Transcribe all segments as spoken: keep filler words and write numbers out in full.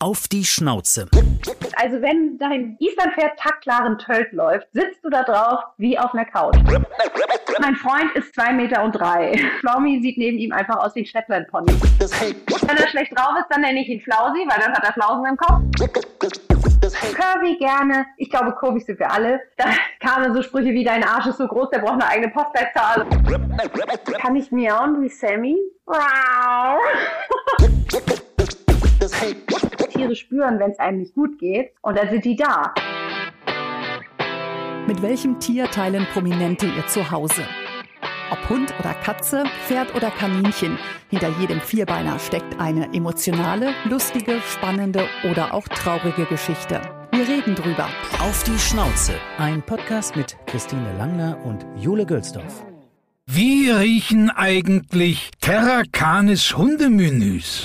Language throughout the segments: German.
Auf die Schnauze. Also wenn dein Islandpferd taktklaren Tölt läuft, sitzt du da drauf wie auf einer Couch. Mein Freund ist zwei Meter und drei. Flaumi sieht neben ihm einfach aus wie ein Shetland-Pony. Wenn er schlecht drauf ist, dann nenne ich ihn Flausi, weil dann hat er Flausen im Kopf. Curvy gerne. Ich glaube, Kurvis sind wir alle. Da kamen so Sprüche wie, dein Arsch ist so groß, der braucht eine eigene Postleitzahl. Kann ich miauen wie Sammy? Tiere spüren, wenn es einem nicht gut geht, und dann sind die da. Mit welchem Tier teilen Prominente ihr Zuhause? Ob Hund oder Katze, Pferd oder Kaninchen, hinter jedem Vierbeiner steckt eine emotionale, lustige, spannende oder auch traurige Geschichte. Wir reden drüber. Auf die Schnauze. Ein Podcast mit Christine Langner und Jule Gölsdorf. Wie riechen eigentlich Terra Canis Hundemenüs?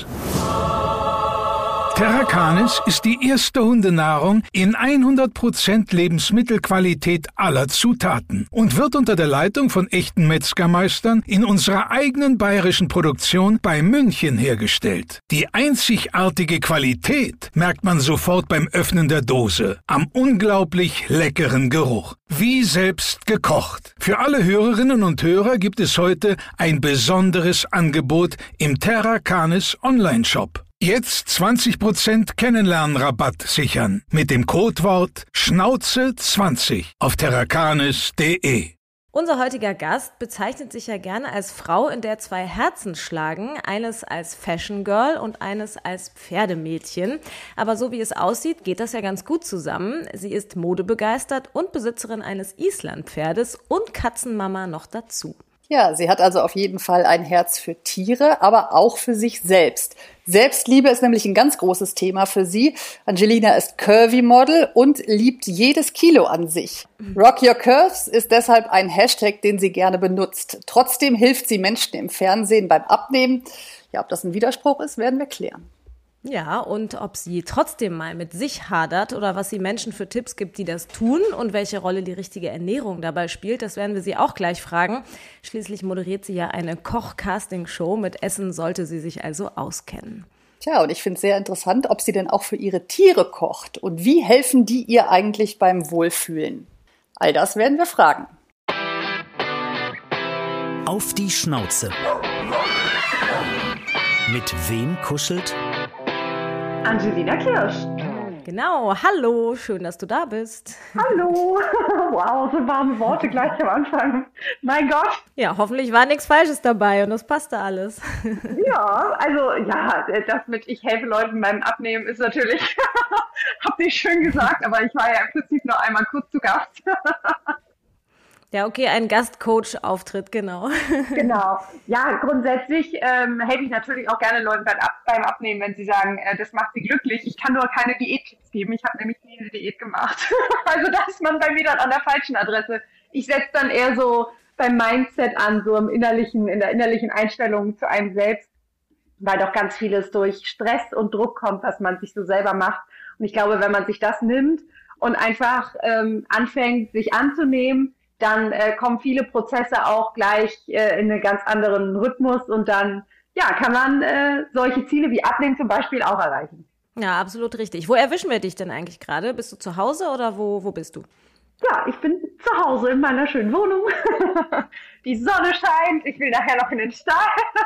Terra Canis ist die erste Hundenahrung in hundert Prozent Lebensmittelqualität aller Zutaten und wird unter der Leitung von echten Metzgermeistern in unserer eigenen bayerischen Produktion bei München hergestellt. Die einzigartige Qualität merkt man sofort beim Öffnen der Dose, am unglaublich leckeren Geruch. Wie selbst gekocht. Für alle Hörerinnen und Hörer gibt es heute ein besonderes Angebot im Terra Canis Online-Shop. Jetzt zwanzig Prozent Kennenlernrabatt sichern mit dem Codewort Schnauze zwanzig auf terracanis punkt de. Unser heutiger Gast bezeichnet sich ja gerne als Frau, in der zwei Herzen schlagen, eines als Fashion Girl und eines als Pferdemädchen. Aber so wie es aussieht, geht das ja ganz gut zusammen. Sie ist modebegeistert und Besitzerin eines Islandpferdes und Katzenmama noch dazu. Ja, sie hat also auf jeden Fall ein Herz für Tiere, aber auch für sich selbst. Selbstliebe ist nämlich ein ganz großes Thema für sie. Angelina ist Curvy-Model und liebt jedes Kilo an sich. Rock Your Curves ist deshalb ein Hashtag, den sie gerne benutzt. Trotzdem hilft sie Menschen im Fernsehen beim Abnehmen. Ja, ob das ein Widerspruch ist, werden wir klären. Ja, und ob sie trotzdem mal mit sich hadert oder was sie Menschen für Tipps gibt, die das tun und welche Rolle die richtige Ernährung dabei spielt, das werden wir sie auch gleich fragen. Schließlich moderiert sie ja eine Koch-Casting-Show. Mit Essen sollte sie sich also auskennen. Tja, und ich finde es sehr interessant, ob sie denn auch für ihre Tiere kocht und wie helfen die ihr eigentlich beim Wohlfühlen? All das werden wir fragen. Auf die Schnauze. Mit wem kuschelt Angelina Kirsch. Genau, hallo, schön, dass du da bist. Hallo, wow, so warme Worte gleich am Anfang. Mein Gott. Ja, hoffentlich war nichts Falsches dabei und das passte alles. Ja, also ja, das mit ich helfe Leuten beim Abnehmen ist natürlich, habt ihr schön gesagt, aber ich war ja im Prinzip nur einmal kurz zu Gast. Ja, okay, ein Gastcoach-Auftritt, genau. Genau. Ja, grundsätzlich ähm, helfe ich natürlich auch gerne Leuten beim, Ab- beim Abnehmen, wenn sie sagen, äh, das macht sie glücklich. Ich kann nur keine Diättipps geben. Ich habe nämlich nie eine Diät gemacht. Also da ist man bei mir dann an der falschen Adresse. Ich setze dann eher so beim Mindset an, so im innerlichen, in der innerlichen Einstellung zu einem selbst, weil doch ganz vieles durch Stress und Druck kommt, was man sich so selber macht. Und ich glaube, wenn man sich das nimmt und einfach ähm, anfängt, sich anzunehmen, dann äh, kommen viele Prozesse auch gleich äh, in einen ganz anderen Rhythmus und dann ja, kann man äh, solche Ziele wie Abnehmen zum Beispiel auch erreichen. Ja, absolut richtig. Wo erwischen wir dich denn eigentlich gerade? Bist du zu Hause oder wo, wo bist du? Ja, ich bin zu Hause in meiner schönen Wohnung. Die Sonne scheint, ich will nachher noch in den Stall.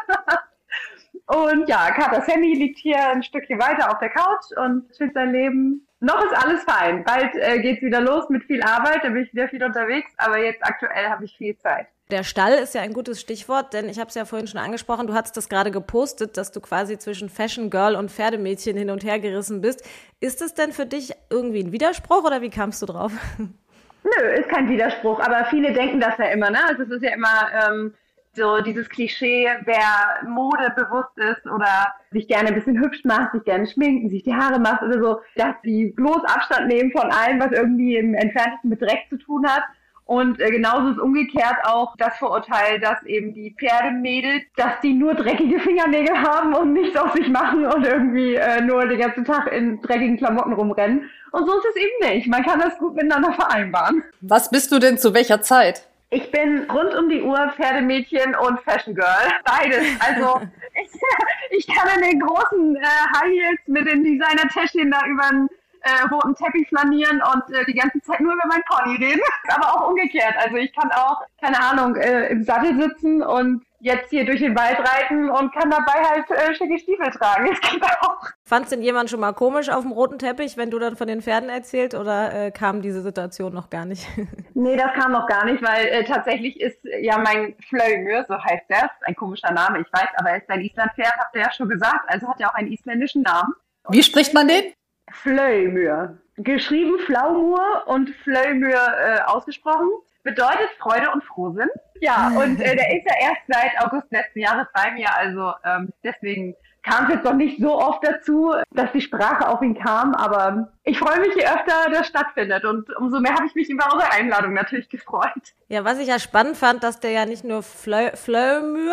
Und ja, Kater Sammy liegt hier ein Stückchen weiter auf der Couch und chillt sein Leben. Noch ist alles fein. Bald äh, geht's wieder los mit viel Arbeit, da bin ich wieder viel unterwegs, aber jetzt aktuell habe ich viel Zeit. Der Stall ist ja ein gutes Stichwort, denn ich habe es ja vorhin schon angesprochen, du hattest das gerade gepostet, dass du quasi zwischen Fashion Girl und Pferdemädchen hin und her gerissen bist. Ist es denn für dich irgendwie ein Widerspruch oder wie kamst du drauf? Nö, ist kein Widerspruch, aber viele denken das ja immer, ne? Also es ist ja immer ähm, so dieses Klischee, wer Mode bewusst ist oder sich gerne ein bisschen hübsch macht, sich gerne schminken, sich die Haare macht oder so, dass die bloß Abstand nehmen von allem, was irgendwie im Entferntesten mit Dreck zu tun hat. Und äh, genauso ist umgekehrt auch das Vorurteil, dass eben die Pferdemädels, dass die nur dreckige Fingernägel haben und nichts auf sich machen und irgendwie äh, nur den ganzen Tag in dreckigen Klamotten rumrennen. Und so ist es eben nicht. Man kann das gut miteinander vereinbaren. Was bist du denn zu welcher Zeit? Ich bin rund um die Uhr Pferdemädchen und Fashion Girl. Beides. Also ich, ich kann in den großen äh, High Heels mit den Designer-Täschchen da über den äh, roten Teppich flanieren und äh, die ganze Zeit nur über mein Pony reden. Aber auch umgekehrt. Also ich kann auch, keine Ahnung, äh, im Sattel sitzen und jetzt hier durch den Wald reiten und kann dabei halt äh, schicke Stiefel tragen. Das geht auch. Fand's denn jemand schon mal komisch auf dem roten Teppich, wenn du dann von den Pferden erzählt, oder äh, kam diese Situation noch gar nicht? Nee, das kam noch gar nicht, weil äh, tatsächlich ist ja mein Flaumur, so heißt der, ein komischer Name, ich weiß, aber er ist ein Islandpferd, habt ihr ja schon gesagt, also hat er auch einen isländischen Namen. Wie spricht man den? Flaumur. Geschrieben Flaumur und Flaumur äh, ausgesprochen. Bedeutet Freude und Frohsinn. Ja, und äh, der ist ja erst seit August letzten Jahres bei mir, also ähm, deswegen kam es jetzt noch nicht so oft dazu, dass die Sprache auf ihn kam, aber ich freue mich, je öfter das stattfindet und umso mehr habe ich mich über eure Einladung natürlich gefreut. Ja, was ich ja spannend fand, dass der ja nicht nur Flaumur...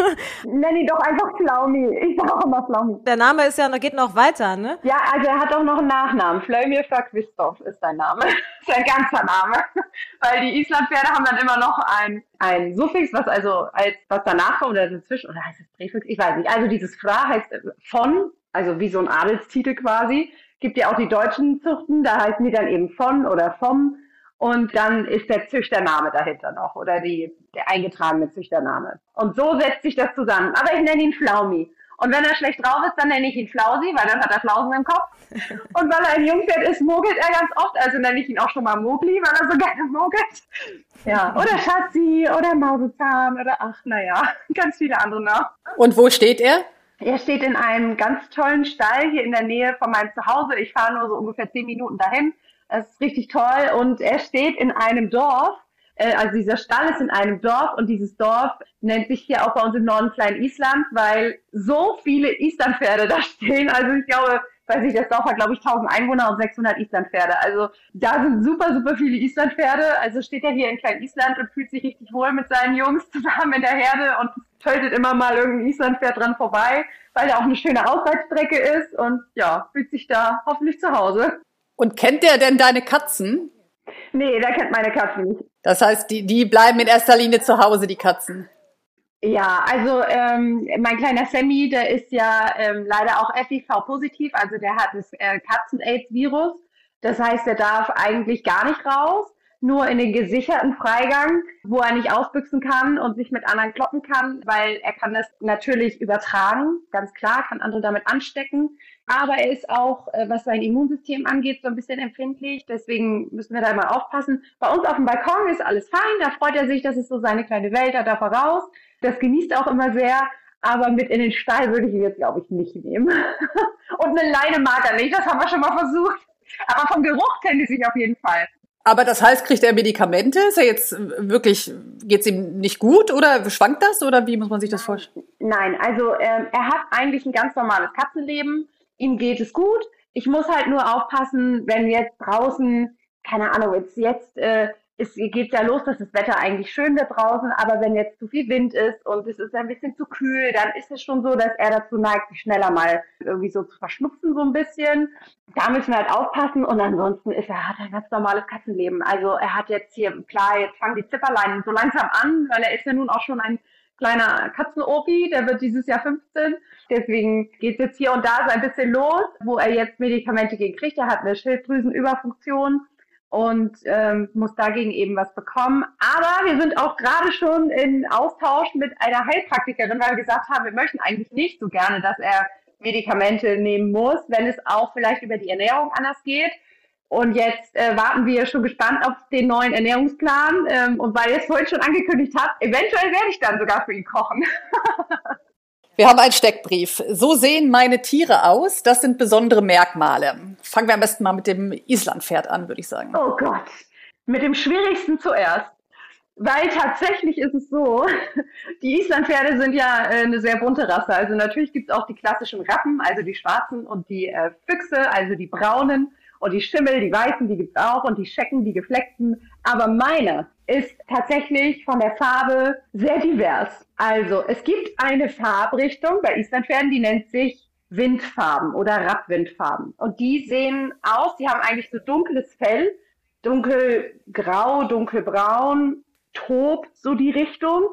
Nenn ihn doch einfach Flaumi. Ich sage auch immer Flaumi. Der Name ist ja, geht noch weiter, ne? Ja, also er hat auch noch einen Nachnamen. Flaumur Verquistov ist sein Name. Ist ein ganzer Name. Weil die Islandpferde haben dann immer noch ein, ein Suffix, was also als was danach kommt oder dazwischen, oder heißt es Präfix? Ich weiß nicht. Also dieses Fra heißt von, also wie so ein Adelstitel quasi. Gibt ja auch die deutschen Zuchten, da heißen die dann eben von oder vom. Und dann ist der Züchtername dahinter noch oder die, der eingetragene Züchtername. Und so setzt sich das zusammen. Aber ich nenne ihn Flaumi. Und wenn er schlecht drauf ist, dann nenne ich ihn Flausi, weil dann hat er Flausen im Kopf. Und weil er ein Jungpferd ist, mogelt er ganz oft. Also nenne ich ihn auch schon mal Mogli, weil er so gerne mogelt. Ja, oder Schatzi oder Mausezahn oder ach, naja, ganz viele andere noch. Und wo steht er? Er steht in einem ganz tollen Stall hier in der Nähe von meinem Zuhause. Ich fahre nur so ungefähr zehn Minuten dahin. Das ist richtig toll. Und er steht in einem Dorf. Also dieser Stall ist in einem Dorf und dieses Dorf nennt sich hier auch bei uns im Norden Klein-Island, weil so viele Islandpferde da stehen. Also ich glaube, weiß ich, das Dorf hat, glaube ich, tausend Einwohner und sechshundert Islandpferde. Also da sind super, super viele Islandpferde. Also steht er hier in Klein-Island und fühlt sich richtig wohl mit seinen Jungs zusammen in der Herde und tötet immer mal irgendein Islandpferd dran vorbei, weil da auch eine schöne Ausreitstrecke ist und ja, fühlt sich da hoffentlich zu Hause. Und kennt der denn deine Katzen? Nee, der kennt meine Katzen nicht. Das heißt, die, die bleiben in erster Linie zu Hause, die Katzen. Ja, also ähm, mein kleiner Sammy, der ist ja ähm, leider auch F I V-positiv, also der hat das äh, Katzen-Aids-Virus. Das heißt, er darf eigentlich gar nicht raus, nur in den gesicherten Freigang, wo er nicht ausbüchsen kann und sich mit anderen kloppen kann, weil er kann das natürlich übertragen, ganz klar, kann andere damit anstecken. Aber er ist auch, was sein Immunsystem angeht, so ein bisschen empfindlich. Deswegen müssen wir da mal aufpassen. Bei uns auf dem Balkon ist alles fein. Da freut er sich, das ist so seine kleine Welt, da darf er raus. Das genießt er auch immer sehr. Aber mit in den Stall würde ich ihn jetzt, glaube ich, nicht nehmen. Und eine Leine mag er nicht, das haben wir schon mal versucht. Aber vom Geruch kennt er sich auf jeden Fall. Aber das heißt, kriegt er Medikamente? Ist er jetzt wirklich, geht's ihm nicht gut oder schwankt das? Oder wie muss man sich das vorstellen? Nein, also ähm, er hat eigentlich ein ganz normales Katzenleben. Ihm geht es gut. Ich muss halt nur aufpassen, wenn jetzt draußen, keine Ahnung, jetzt, jetzt äh, ist, geht ja los, dass das Wetter eigentlich schön wird draußen, aber wenn jetzt zu viel Wind ist und es ist ein bisschen zu kühl, dann ist es schon so, dass er dazu neigt, sich schneller mal irgendwie so zu verschnupfen so ein bisschen. Da müssen wir halt aufpassen und ansonsten ist er, hat er ein ganz normales Katzenleben. Also er hat jetzt hier, klar, jetzt fangen die Zipperleinen so langsam an, weil er ist ja nun auch schon ein kleiner Katzenopi, der wird dieses Jahr fünfzehn. Deswegen geht es jetzt hier und da so ein bisschen los, wo er jetzt Medikamente gegen kriegt. Er hat eine Schilddrüsenüberfunktion und ähm, muss dagegen eben was bekommen. Aber wir sind auch gerade schon in Austausch mit einer Heilpraktikerin, weil wir gesagt haben, wir möchten eigentlich nicht so gerne, dass er Medikamente nehmen muss, wenn es auch vielleicht über die Ernährung anders geht. Und jetzt äh, warten wir schon gespannt auf den neuen Ernährungsplan. Ähm, und weil ihr es vorhin schon angekündigt habt, eventuell werde ich dann sogar für ihn kochen. Wir haben einen Steckbrief. So sehen meine Tiere aus. Das sind besondere Merkmale. Fangen wir am besten mal mit dem Islandpferd an, würde ich sagen. Oh Gott, mit dem Schwierigsten zuerst. Weil tatsächlich ist es so, die Islandpferde sind ja äh, eine sehr bunte Rasse. Also natürlich gibt es auch die klassischen Rappen, also die schwarzen und die äh, Füchse, also die braunen. Und die Schimmel, die weißen, die gibt's auch. Und die Schecken, die gefleckten. Aber meine ist tatsächlich von der Farbe sehr divers. Also es gibt eine Farbrichtung bei Islandpferden, die nennt sich Windfarben oder Rappwindfarben. Und die sehen aus, die haben eigentlich so dunkles Fell, dunkelgrau, dunkelbraun, Taub, so die Richtung.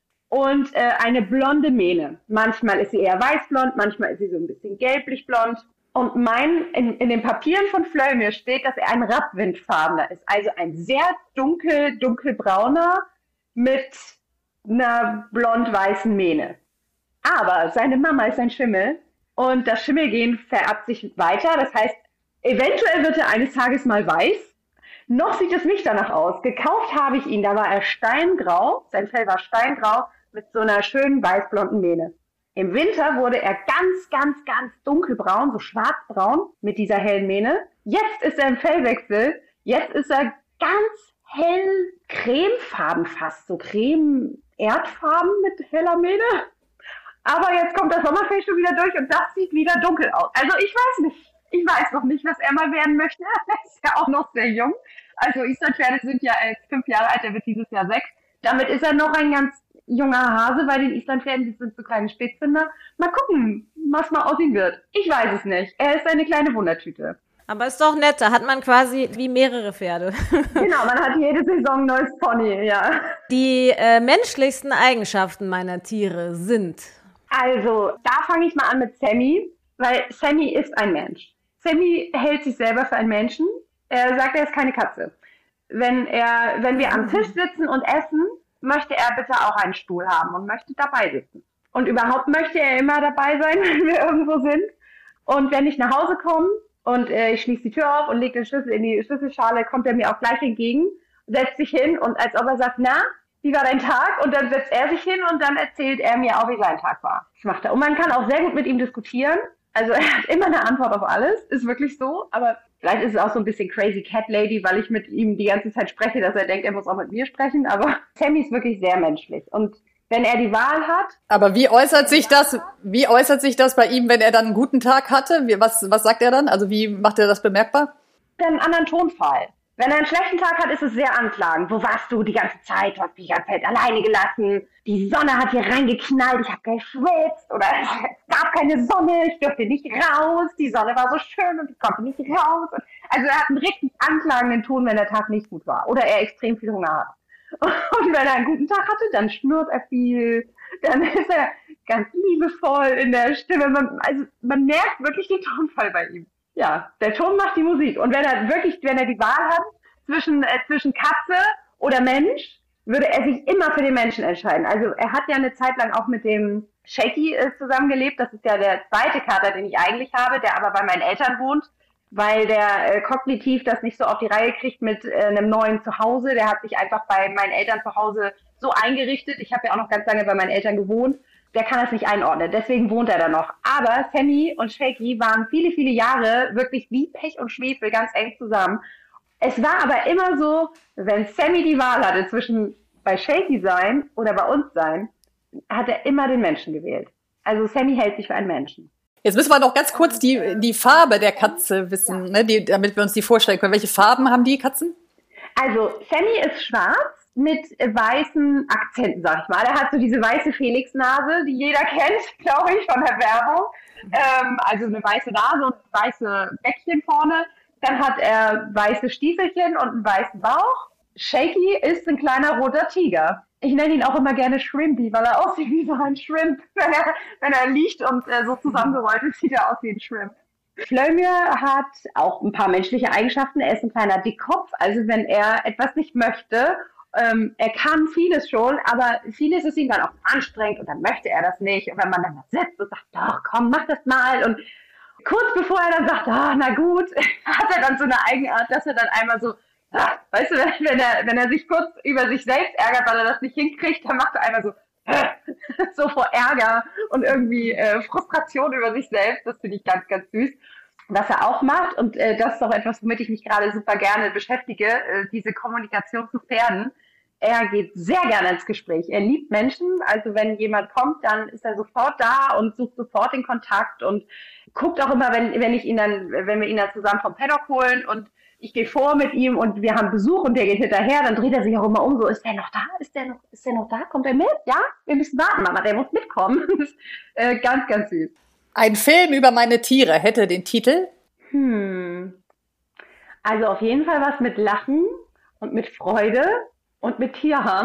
Und äh, eine blonde Mähne. Manchmal ist sie eher weißblond, manchmal ist sie so ein bisschen gelblich-blond. Und mein, in, in den Papieren von Flömir steht, dass er ein Rappwindfarbener ist. Also ein sehr dunkel, dunkelbrauner mit einer blond-weißen Mähne. Aber seine Mama ist ein Schimmel und das Schimmelgen vererbt sich weiter. Das heißt, eventuell wird er eines Tages mal weiß. Noch sieht es nicht danach aus. Gekauft habe ich ihn, da war er steingrau. Sein Fell war steingrau mit so einer schönen weißblonden Mähne. Im Winter wurde er ganz, ganz, ganz dunkelbraun, so schwarzbraun mit dieser hellen Mähne. Jetzt ist er im Fellwechsel. Jetzt ist er ganz hell cremefarben fast, so creme-erdfarben mit heller Mähne. Aber jetzt kommt das Sommerfell schon wieder durch und das sieht wieder dunkel aus. Also ich weiß nicht. Ich weiß noch nicht, was er mal werden möchte. Er ist ja auch noch sehr jung. Also Islandpferde sind ja erst fünf Jahre alt, er wird dieses Jahr sechs. Damit ist er noch ein ganz junger Hase bei den Islandpferden. Die sind so kleine Spätzünder. Mal gucken, was mal aus ihm wird. Ich weiß es nicht. Er ist eine kleine Wundertüte. Aber ist doch nett, da hat man quasi wie mehrere Pferde. Genau, man hat jede Saison ein neues Pony, ja. Die äh, menschlichsten Eigenschaften meiner Tiere sind? Also, da fange ich mal an mit Sammy, weil Sammy ist ein Mensch. Sammy hält sich selber für einen Menschen. Er sagt, er ist keine Katze. Wenn er, wenn wir am Tisch sitzen und essen, möchte er bitte auch einen Stuhl haben und möchte dabei sitzen. Und überhaupt möchte er immer dabei sein, wenn wir irgendwo sind. Und wenn ich nach Hause komme und äh, ich schließe die Tür auf und lege den Schlüssel in die Schlüsselschale, kommt er mir auch gleich entgegen, setzt sich hin und als ob er sagt, na, wie war dein Tag? Und dann setzt er sich hin und dann erzählt er mir auch, wie sein Tag war. Das macht er. Und man kann auch sehr gut mit ihm diskutieren. Also er hat immer eine Antwort auf alles, ist wirklich so. Aber vielleicht ist es auch so ein bisschen Crazy Cat Lady, weil ich mit ihm die ganze Zeit spreche, dass er denkt, er muss auch mit mir sprechen. Aber Sammy ist wirklich sehr menschlich. Und wenn er die Wahl hat... Aber wie äußert sich das, wie äußert sich das bei ihm, wenn er dann einen guten Tag hatte? Wie, was, was sagt er dann? Also wie macht er das bemerkbar? Einen anderen Tonfall. Wenn er einen schlechten Tag hat, ist es sehr anklagend. Wo warst du die ganze Zeit? Du hast mich die ganze Zeit alleine gelassen. Die Sonne hat hier reingeknallt. Ich habe geschwitzt. Oder es gab keine Sonne. Ich durfte nicht raus. Die Sonne war so schön und ich konnte nicht raus. Also er hat einen richtig anklagenden Ton, wenn der Tag nicht gut war. Oder er extrem viel Hunger hat. Und wenn er einen guten Tag hatte, dann schnurrt er viel. Dann ist er ganz liebevoll in der Stimme. Man, also man merkt wirklich den Tonfall bei ihm. Ja, der Ton macht die Musik. Und wenn er wirklich, wenn er die Wahl hat zwischen, äh, zwischen Katze oder Mensch, würde er sich immer für den Menschen entscheiden. Also er hat ja eine Zeit lang auch mit dem Shaky äh, zusammengelebt. Das ist ja der zweite Kater, den ich eigentlich habe, der aber bei meinen Eltern wohnt, weil der äh, kognitiv das nicht so auf die Reihe kriegt mit äh, einem neuen Zuhause. Der hat sich einfach bei meinen Eltern zu Hause so eingerichtet. Ich habe ja auch noch ganz lange bei meinen Eltern gewohnt. Der kann das nicht einordnen, deswegen wohnt er da noch. Aber Sammy und Shaky waren viele, viele Jahre wirklich wie Pech und Schwefel ganz eng zusammen. Es war aber immer so, wenn Sammy die Wahl hatte zwischen bei Shaky sein oder bei uns sein, hat er immer den Menschen gewählt. Also Sammy hält sich für einen Menschen. Jetzt müssen wir noch ganz kurz die, die Farbe der Katze wissen, ne, die, damit wir uns die vorstellen können. Welche Farben haben die Katzen? Also Sammy ist schwarz mit weißen Akzenten, sag ich mal. Er hat so diese weiße Felix-Nase, die jeder kennt, glaube ich, von der Werbung. Ähm, also eine weiße Nase und weiße Bäckchen vorne. Dann hat er weiße Stiefelchen und einen weißen Bauch. Shaky ist ein kleiner roter Tiger. Ich nenne ihn auch immer gerne Shrimpy, weil er aussieht wie so ein Shrimp. Wenn er, wenn er liegt und äh, so zusammengerollt ist, sieht er aus wie ein Shrimp. Flömir hat auch ein paar menschliche Eigenschaften. Er ist ein kleiner Dickkopf. Also wenn er etwas nicht möchte, ähm, er kann vieles schon, aber vieles ist ihm dann auch anstrengend und dann möchte er das nicht. Und wenn man dann da sitzt und sagt, doch, komm, mach das mal. Und kurz bevor er dann sagt, ah, na gut, hat er dann so eine Eigenart, dass er dann einmal so, ah, weißt du, wenn er, wenn er sich kurz über sich selbst ärgert, weil er das nicht hinkriegt, dann macht er einmal so, ah, so vor Ärger und irgendwie äh, Frustration über sich selbst. Das finde ich ganz, ganz süß. Was er auch macht, und äh, das ist auch etwas, womit ich mich gerade super gerne beschäftige, äh, diese Kommunikation zu Pferden. Er geht sehr gerne ins Gespräch. Er liebt Menschen. Also wenn jemand kommt, dann ist er sofort da und sucht sofort den Kontakt und guckt auch immer, wenn, wenn ich ihn dann, wenn wir ihn dann zusammen vom Paddock holen und ich gehe vor mit ihm und wir haben Besuch und der geht hinterher, dann dreht er sich auch immer um, so, ist der noch da? Ist der noch, ist der noch da? Kommt er mit? Ja? Wir müssen warten, Mama, der muss mitkommen. Das ist äh, ganz, ganz süß. Ein Film über meine Tiere hätte den Titel? Hm. Also auf jeden Fall was mit Lachen und mit Freude Und mit Tierhaaren.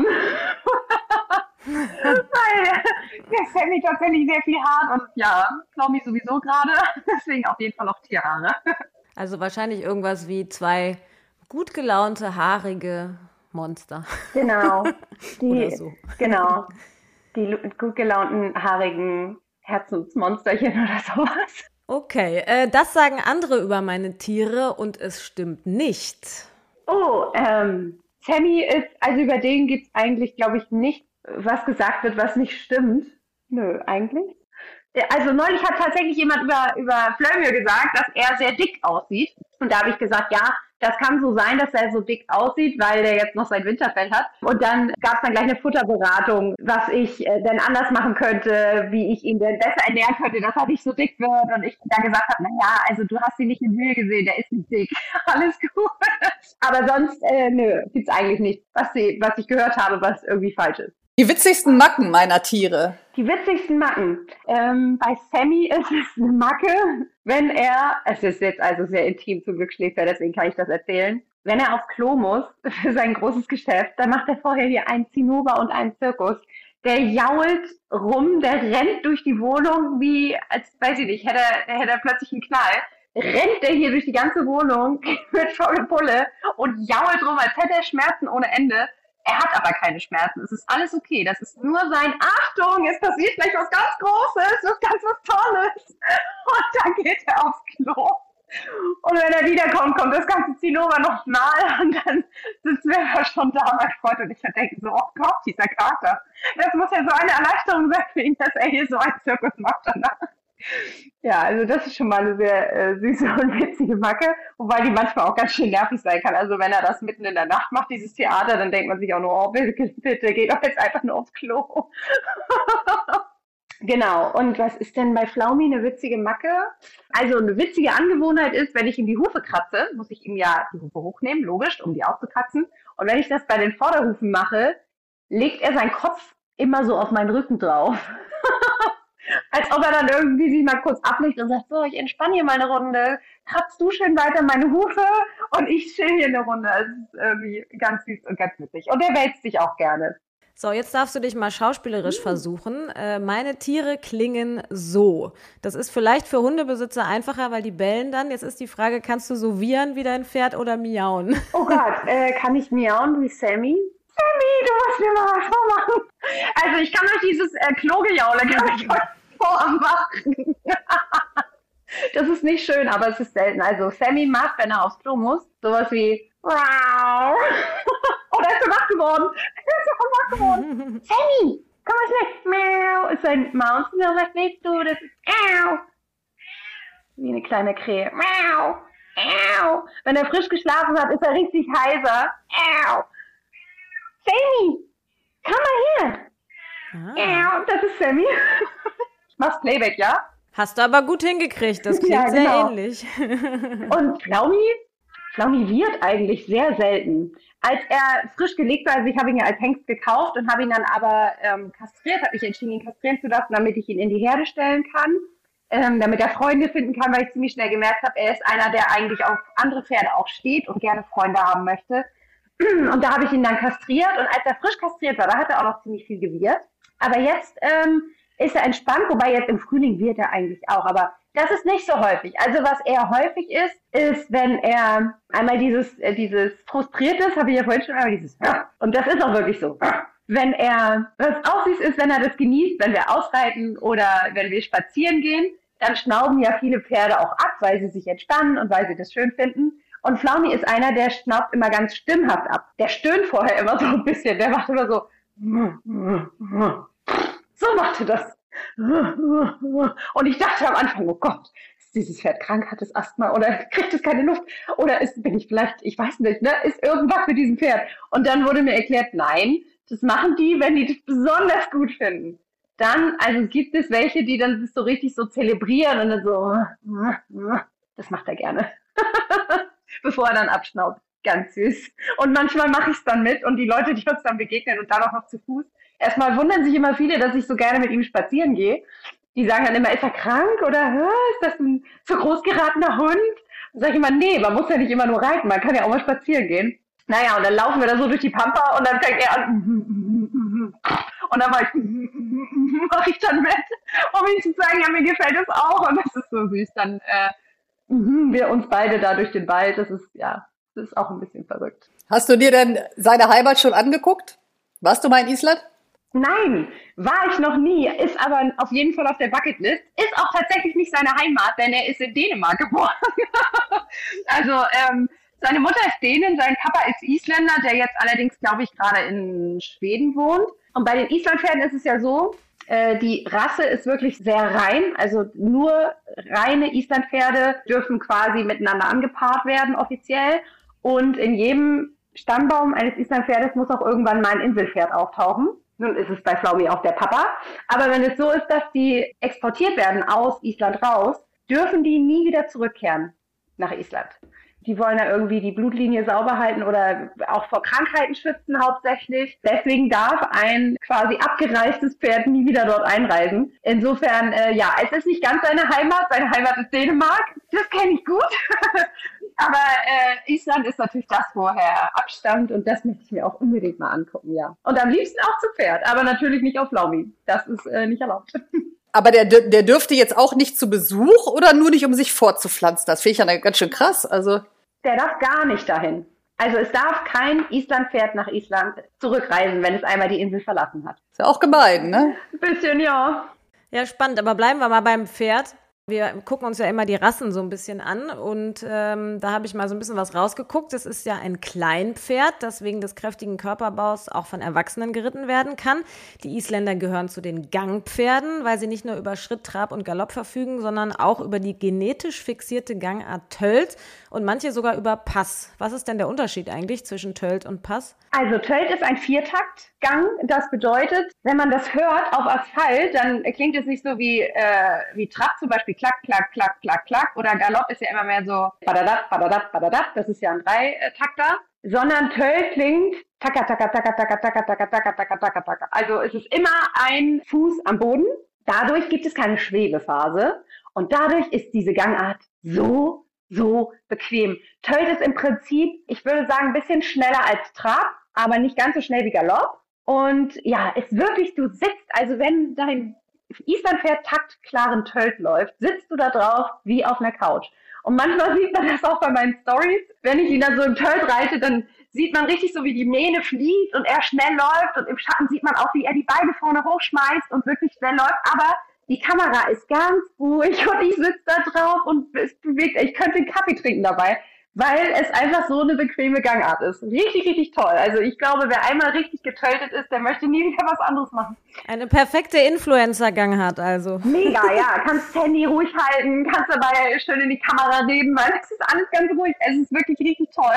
Weil der Sammy tatsächlich sehr viel Haar und ja, Flaumi sowieso gerade. Deswegen auf jeden Fall auch Tierhaare. Also wahrscheinlich irgendwas wie zwei gut gelaunte, haarige Monster. Genau. Die, Oder so. Genau. Die gut gelaunten, haarigen Herzensmonsterchen oder sowas. Okay, äh, das sagen andere über meine Tiere und es stimmt nicht. Oh, ähm, Sammy ist, also über den gibt es eigentlich, glaube ich, nicht, was gesagt wird, was nicht stimmt. Nö, eigentlich. Also neulich hat tatsächlich jemand über, über Flaumio gesagt, dass er sehr dick aussieht. Und da habe ich gesagt, ja, das kann so sein, dass er so dick aussieht, weil der jetzt noch sein Winterfell hat. Und dann gab es dann gleich eine Futterberatung, was ich äh, denn anders machen könnte, wie ich ihn denn besser ernähren könnte, dass er nicht so dick wird. Und ich dann gesagt habe, naja, also du hast ihn nicht in Höhe gesehen, der ist nicht dick. Alles gut. Aber sonst, äh, nö, gibt's eigentlich nicht, was, sie, was ich gehört habe, was irgendwie falsch ist. Die witzigsten Macken meiner Tiere. Die witzigsten Macken. Ähm, bei Sammy ist es eine Macke, wenn er, es ist jetzt also sehr intim, zum Glück schläft er, deswegen kann ich das erzählen, wenn er aufs Klo muss für sein großes Geschäft, dann macht er vorher hier einen Zinnober und einen Zirkus. Der jault rum, der rennt durch die Wohnung wie, als weiß ich nicht, hätte er, hätte er plötzlich einen Knall. Rennt der hier durch die ganze Wohnung mit voller Pulle und jault rum, als hätte er Schmerzen ohne Ende. Er hat aber keine Schmerzen. Es ist alles okay. Das ist nur sein, Achtung, es passiert gleich was ganz Großes, was ganz was Tolles. Und dann geht er aufs Klo. Und wenn er wiederkommt, kommt das ganze Zinnober noch mal und dann sitzen wir schon da, mein Freund und ich denke so, oh Gott, dieser Kater. Das muss ja so eine Erleichterung sein für ihn, dass er hier so einen Zirkus macht danach. Ja, also das ist schon mal eine sehr äh, süße und witzige Macke, wobei die manchmal auch ganz schön nervig sein kann. Also wenn er das mitten in der Nacht macht, dieses Theater, dann denkt man sich auch nur, oh bitte, bitte, geht doch jetzt einfach nur aufs Klo. Genau, und was ist denn bei Flaumi eine witzige Macke? Also eine witzige Angewohnheit ist, wenn ich ihm die Hufe kratze, muss ich ihm ja die Hufe hochnehmen, logisch, um die auszukratzen. Und wenn ich das bei den Vorderhufen mache, legt er seinen Kopf immer so auf meinen Rücken drauf. Als ob er dann irgendwie sich mal kurz ablegt und sagt, so, ich entspanne hier mal eine Runde, kratzt du schön weiter meine Hufe und ich chill hier eine Runde. Das ist irgendwie ganz süß und ganz witzig. Und er wälzt sich auch gerne. So, jetzt darfst du dich mal schauspielerisch versuchen. Äh, meine Tiere klingen so. Das ist vielleicht für Hundebesitzer einfacher, weil die bellen dann. Jetzt ist die Frage, kannst du so wiehern wie dein Pferd oder miauen? Oh Gott, äh, kann ich miauen wie Sammy? Sammy, du musst mir mal was vormachen. Also ich kann euch dieses äh, Klogejaule kann ich euch vormachen. Das ist nicht schön, aber es ist selten. Also Sammy macht, wenn er aufs Klo muss, sowas wie wow. Oder ist er wach geworden? Ist er wach geworden? Sammy, komm mal schnell. Miau. Ist ein Mountain, was willst du? Das ist Miau. Wie eine kleine Krähe. Miau. Miau. Wenn er frisch geschlafen hat, ist er richtig heiser. Miau. Sammy, komm mal her. Ah. Ja, das ist Sammy. Ich mach's Playback, ja? Hast du aber gut hingekriegt, das klingt ja, genau. Sehr ähnlich. Und Flaumi, Flaumi wird eigentlich sehr selten. Als er frisch gelegt war, also ich habe ihn ja als Hengst gekauft und habe ihn dann aber ähm, kastriert, habe mich entschieden, ihn kastrieren zu lassen, damit ich ihn in die Herde stellen kann, ähm, damit er Freunde finden kann, weil ich ziemlich schnell gemerkt habe, er ist einer, der eigentlich auf andere Pferde auch steht und gerne Freunde haben möchte. Und da habe ich ihn dann kastriert und als er frisch kastriert war, da hat er auch noch ziemlich viel gewirrt. Aber jetzt ähm, ist er entspannt, wobei jetzt im Frühling wird er eigentlich auch. Aber das ist nicht so häufig. Also was eher häufig ist, ist, wenn er einmal dieses, äh, dieses frustriert ist, habe ich ja vorhin schon einmal dieses und das ist auch wirklich so. Wenn er, was auch süß ist, wenn er das genießt, wenn wir ausreiten oder wenn wir spazieren gehen, dann schnauben ja viele Pferde auch ab, weil sie sich entspannen und weil sie das schön finden. Und Flaumi ist einer, der schnaubt immer ganz stimmhaft ab. Der stöhnt vorher immer so ein bisschen. Der macht immer so. So macht er das. Und ich dachte am Anfang, oh Gott, ist dieses Pferd krank, hat es Asthma oder kriegt es keine Luft? Oder ist, bin ich vielleicht, ich weiß nicht, ne, ist irgendwas mit diesem Pferd? Und dann wurde mir erklärt, nein, das machen die, wenn die das besonders gut finden. Dann, also gibt es welche, die dann das so richtig so zelebrieren und dann so, das macht er gerne. Bevor er dann abschnaubt. Ganz süß. Und manchmal mache ich es dann mit und die Leute, die uns dann begegnen und dann auch noch zu Fuß. Erstmal wundern sich immer viele, dass ich so gerne mit ihm spazieren gehe. Die sagen dann immer, ist er krank oder ist das ein zu groß geratener Hund? Dann sage ich immer, nee, man muss ja nicht immer nur reiten, man kann ja auch mal spazieren gehen. Naja, und dann laufen wir da so durch die Pampa und dann fängt er an. Und dann war ich, mache ich dann mit, um ihm zu sagen, ja, mir gefällt es auch. Und das ist so süß. Dann äh, wir uns beide da durch den Wald. Das ist, ja, das ist auch ein bisschen verrückt. Hast du dir denn seine Heimat schon angeguckt? Warst du mal in Island? Nein, war ich noch nie, ist aber auf jeden Fall auf der Bucketlist. Ist auch tatsächlich nicht seine Heimat, denn er ist in Dänemark geboren. also ähm, seine Mutter ist Dänin, sein Papa ist Isländer, der jetzt allerdings, glaube ich, gerade in Schweden wohnt. Und bei den Islandpferden ist es ja so, äh, die Rasse ist wirklich sehr rein. Also nur reine Islandpferde dürfen quasi miteinander angepaart werden, offiziell. Und in jedem Stammbaum eines Islandpferdes muss auch irgendwann mal ein Inselpferd auftauchen. Nun ist es bei Flaumi auch der Papa. Aber wenn es so ist, dass die exportiert werden aus Island raus, dürfen die nie wieder zurückkehren nach Island. Die wollen da irgendwie die Blutlinie sauber halten oder auch vor Krankheiten schützen hauptsächlich. Deswegen darf ein quasi abgereistes Pferd nie wieder dort einreisen. Insofern, äh, ja, es ist nicht ganz seine Heimat. Seine Heimat ist Dänemark. Das kenne ich gut. Aber äh, Island ist natürlich das, wo er abstammt. Und das möchte ich mir auch unbedingt mal angucken, ja. Und am liebsten auch zu Pferd, aber natürlich nicht auf Flaumi. Das ist äh, nicht erlaubt. Aber der, der dürfte jetzt auch nicht zu Besuch oder nur nicht, um sich fortzupflanzen? Das finde ich ja ganz schön krass. Also der darf gar nicht dahin. Also es darf kein Islandpferd nach Island zurückreisen, wenn es einmal die Insel verlassen hat. Ist ja auch gemein, ne? Ein bisschen, ja. Ja, spannend. Aber bleiben wir mal beim Pferd. Wir gucken uns ja immer die Rassen so ein bisschen an und ähm, da habe ich mal so ein bisschen was rausgeguckt. Das ist ja ein Kleinpferd, das wegen des kräftigen Körperbaus auch von Erwachsenen geritten werden kann. Die Isländer gehören zu den Gangpferden, weil sie nicht nur über Schritt, Trab und Galopp verfügen, sondern auch über die genetisch fixierte Gangart Tölt und manche sogar über Pass. Was ist denn der Unterschied eigentlich zwischen Tölt und Pass? Also Tölt ist ein Viertaktgang. Das bedeutet, wenn man das hört auf Asphalt, dann klingt es nicht so wie, äh, wie Trab zum Beispiel. Klack, klack, klack, klack, klack. Oder Galopp ist ja immer mehr so badadat, badadat, badadat. Das ist ja ein Dreitakter. Sondern Tölt klingt taka, taka, taka, taka, taka, taka, taka, taka, taka, taka. Also es ist immer ein Fuß am Boden. Dadurch gibt es keine Schwebephase. Und dadurch ist diese Gangart so, so bequem. Tölt ist im Prinzip, ich würde sagen, ein bisschen schneller als Trab, aber nicht ganz so schnell wie Galopp. Und ja, es wirklich, du sitzt, also wenn dein Islandpferd taktklaren Tölt läuft, sitzt du da drauf wie auf einer Couch. Und manchmal sieht man das auch bei meinen Stories. Wenn ich ihn dann so im Tölt reite, dann sieht man richtig so, wie die Mähne fliegt und er schnell läuft. Und im Schatten sieht man auch, wie er die Beine vorne hochschmeißt und wirklich schnell läuft. Aber die Kamera ist ganz ruhig und ich sitze da drauf und es bewegt. Ich könnte einen Kaffee trinken dabei, weil es einfach so eine bequeme Gangart ist. Richtig, richtig toll. Also ich glaube, wer einmal richtig getöltet ist, der möchte nie wieder was anderes machen. Eine perfekte Influencer-Gangart also. Mega, ja. Kannst das Handy ruhig halten, kannst dabei schön in die Kamera reden, weil es ist alles ganz ruhig. Es ist wirklich richtig toll.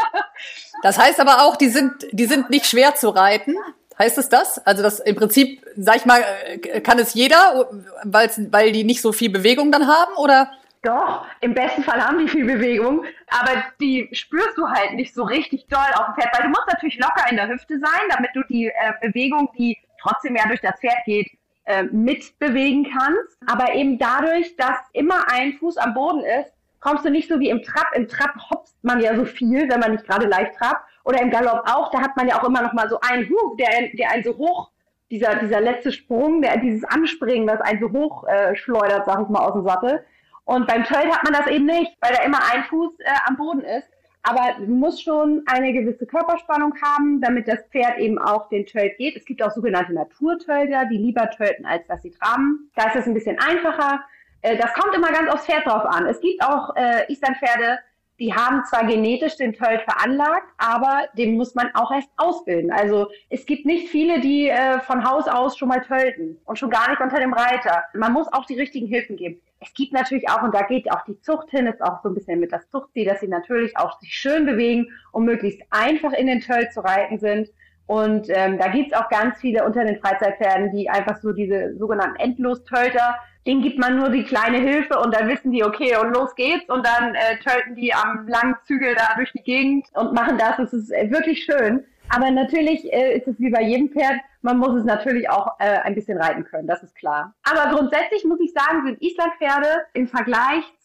Das heißt aber auch, die sind, die sind nicht schwer zu reiten. Heißt es das? Also das im Prinzip, sag ich mal, kann es jeder, weil die nicht so viel Bewegung dann haben, oder? Doch, im besten Fall haben die viel Bewegung, aber die spürst du halt nicht so richtig doll auf dem Pferd, weil du musst natürlich locker in der Hüfte sein, damit du die äh, Bewegung, die trotzdem ja durch das Pferd geht, äh, mitbewegen kannst. Aber eben dadurch, dass immer ein Fuß am Boden ist, kommst du nicht so wie im Trab. Im Trab hopst man ja so viel, wenn man nicht gerade leicht trabt. Oder im Galopp auch, da hat man ja auch immer noch mal so einen Huf, der, der einen so hoch, dieser, dieser letzte Sprung, der, dieses Anspringen, das einen so hoch äh, schleudert, sag ich mal, aus dem Sattel. Und beim Tölt hat man das eben nicht, weil da immer ein Fuß äh, am Boden ist. Aber du musst schon eine gewisse Körperspannung haben, damit das Pferd eben auch den Tölt geht. Es gibt auch sogenannte Naturtölter, die lieber tölten, als dass sie traben. Da ist es ein bisschen einfacher. Äh, das kommt immer ganz aufs Pferd drauf an. Es gibt auch äh, Islandpferde, die haben zwar genetisch den Tölt veranlagt, aber den muss man auch erst ausbilden. Also es gibt nicht viele, die äh, von Haus aus schon mal tölten und schon gar nicht unter dem Reiter. Man muss auch die richtigen Hilfen geben. Es gibt natürlich auch, und da geht auch die Zucht hin, ist auch so ein bisschen mit das Zuchtziel, dass sie natürlich auch sich schön bewegen und möglichst einfach in den Tölt zu reiten sind. Und ähm, da gibt's auch ganz viele unter den Freizeitpferden, die einfach so diese sogenannten Endlostölter, denen gibt man nur die kleine Hilfe und dann wissen die, okay, und los geht's. Und dann äh, tölten die am langen Zügel da durch die Gegend und machen das. Es ist äh, wirklich schön. Aber natürlich äh, ist es wie bei jedem Pferd, man muss es natürlich auch äh, ein bisschen reiten können, das ist klar. Aber grundsätzlich muss ich sagen, sind Islandpferde im Vergleich zu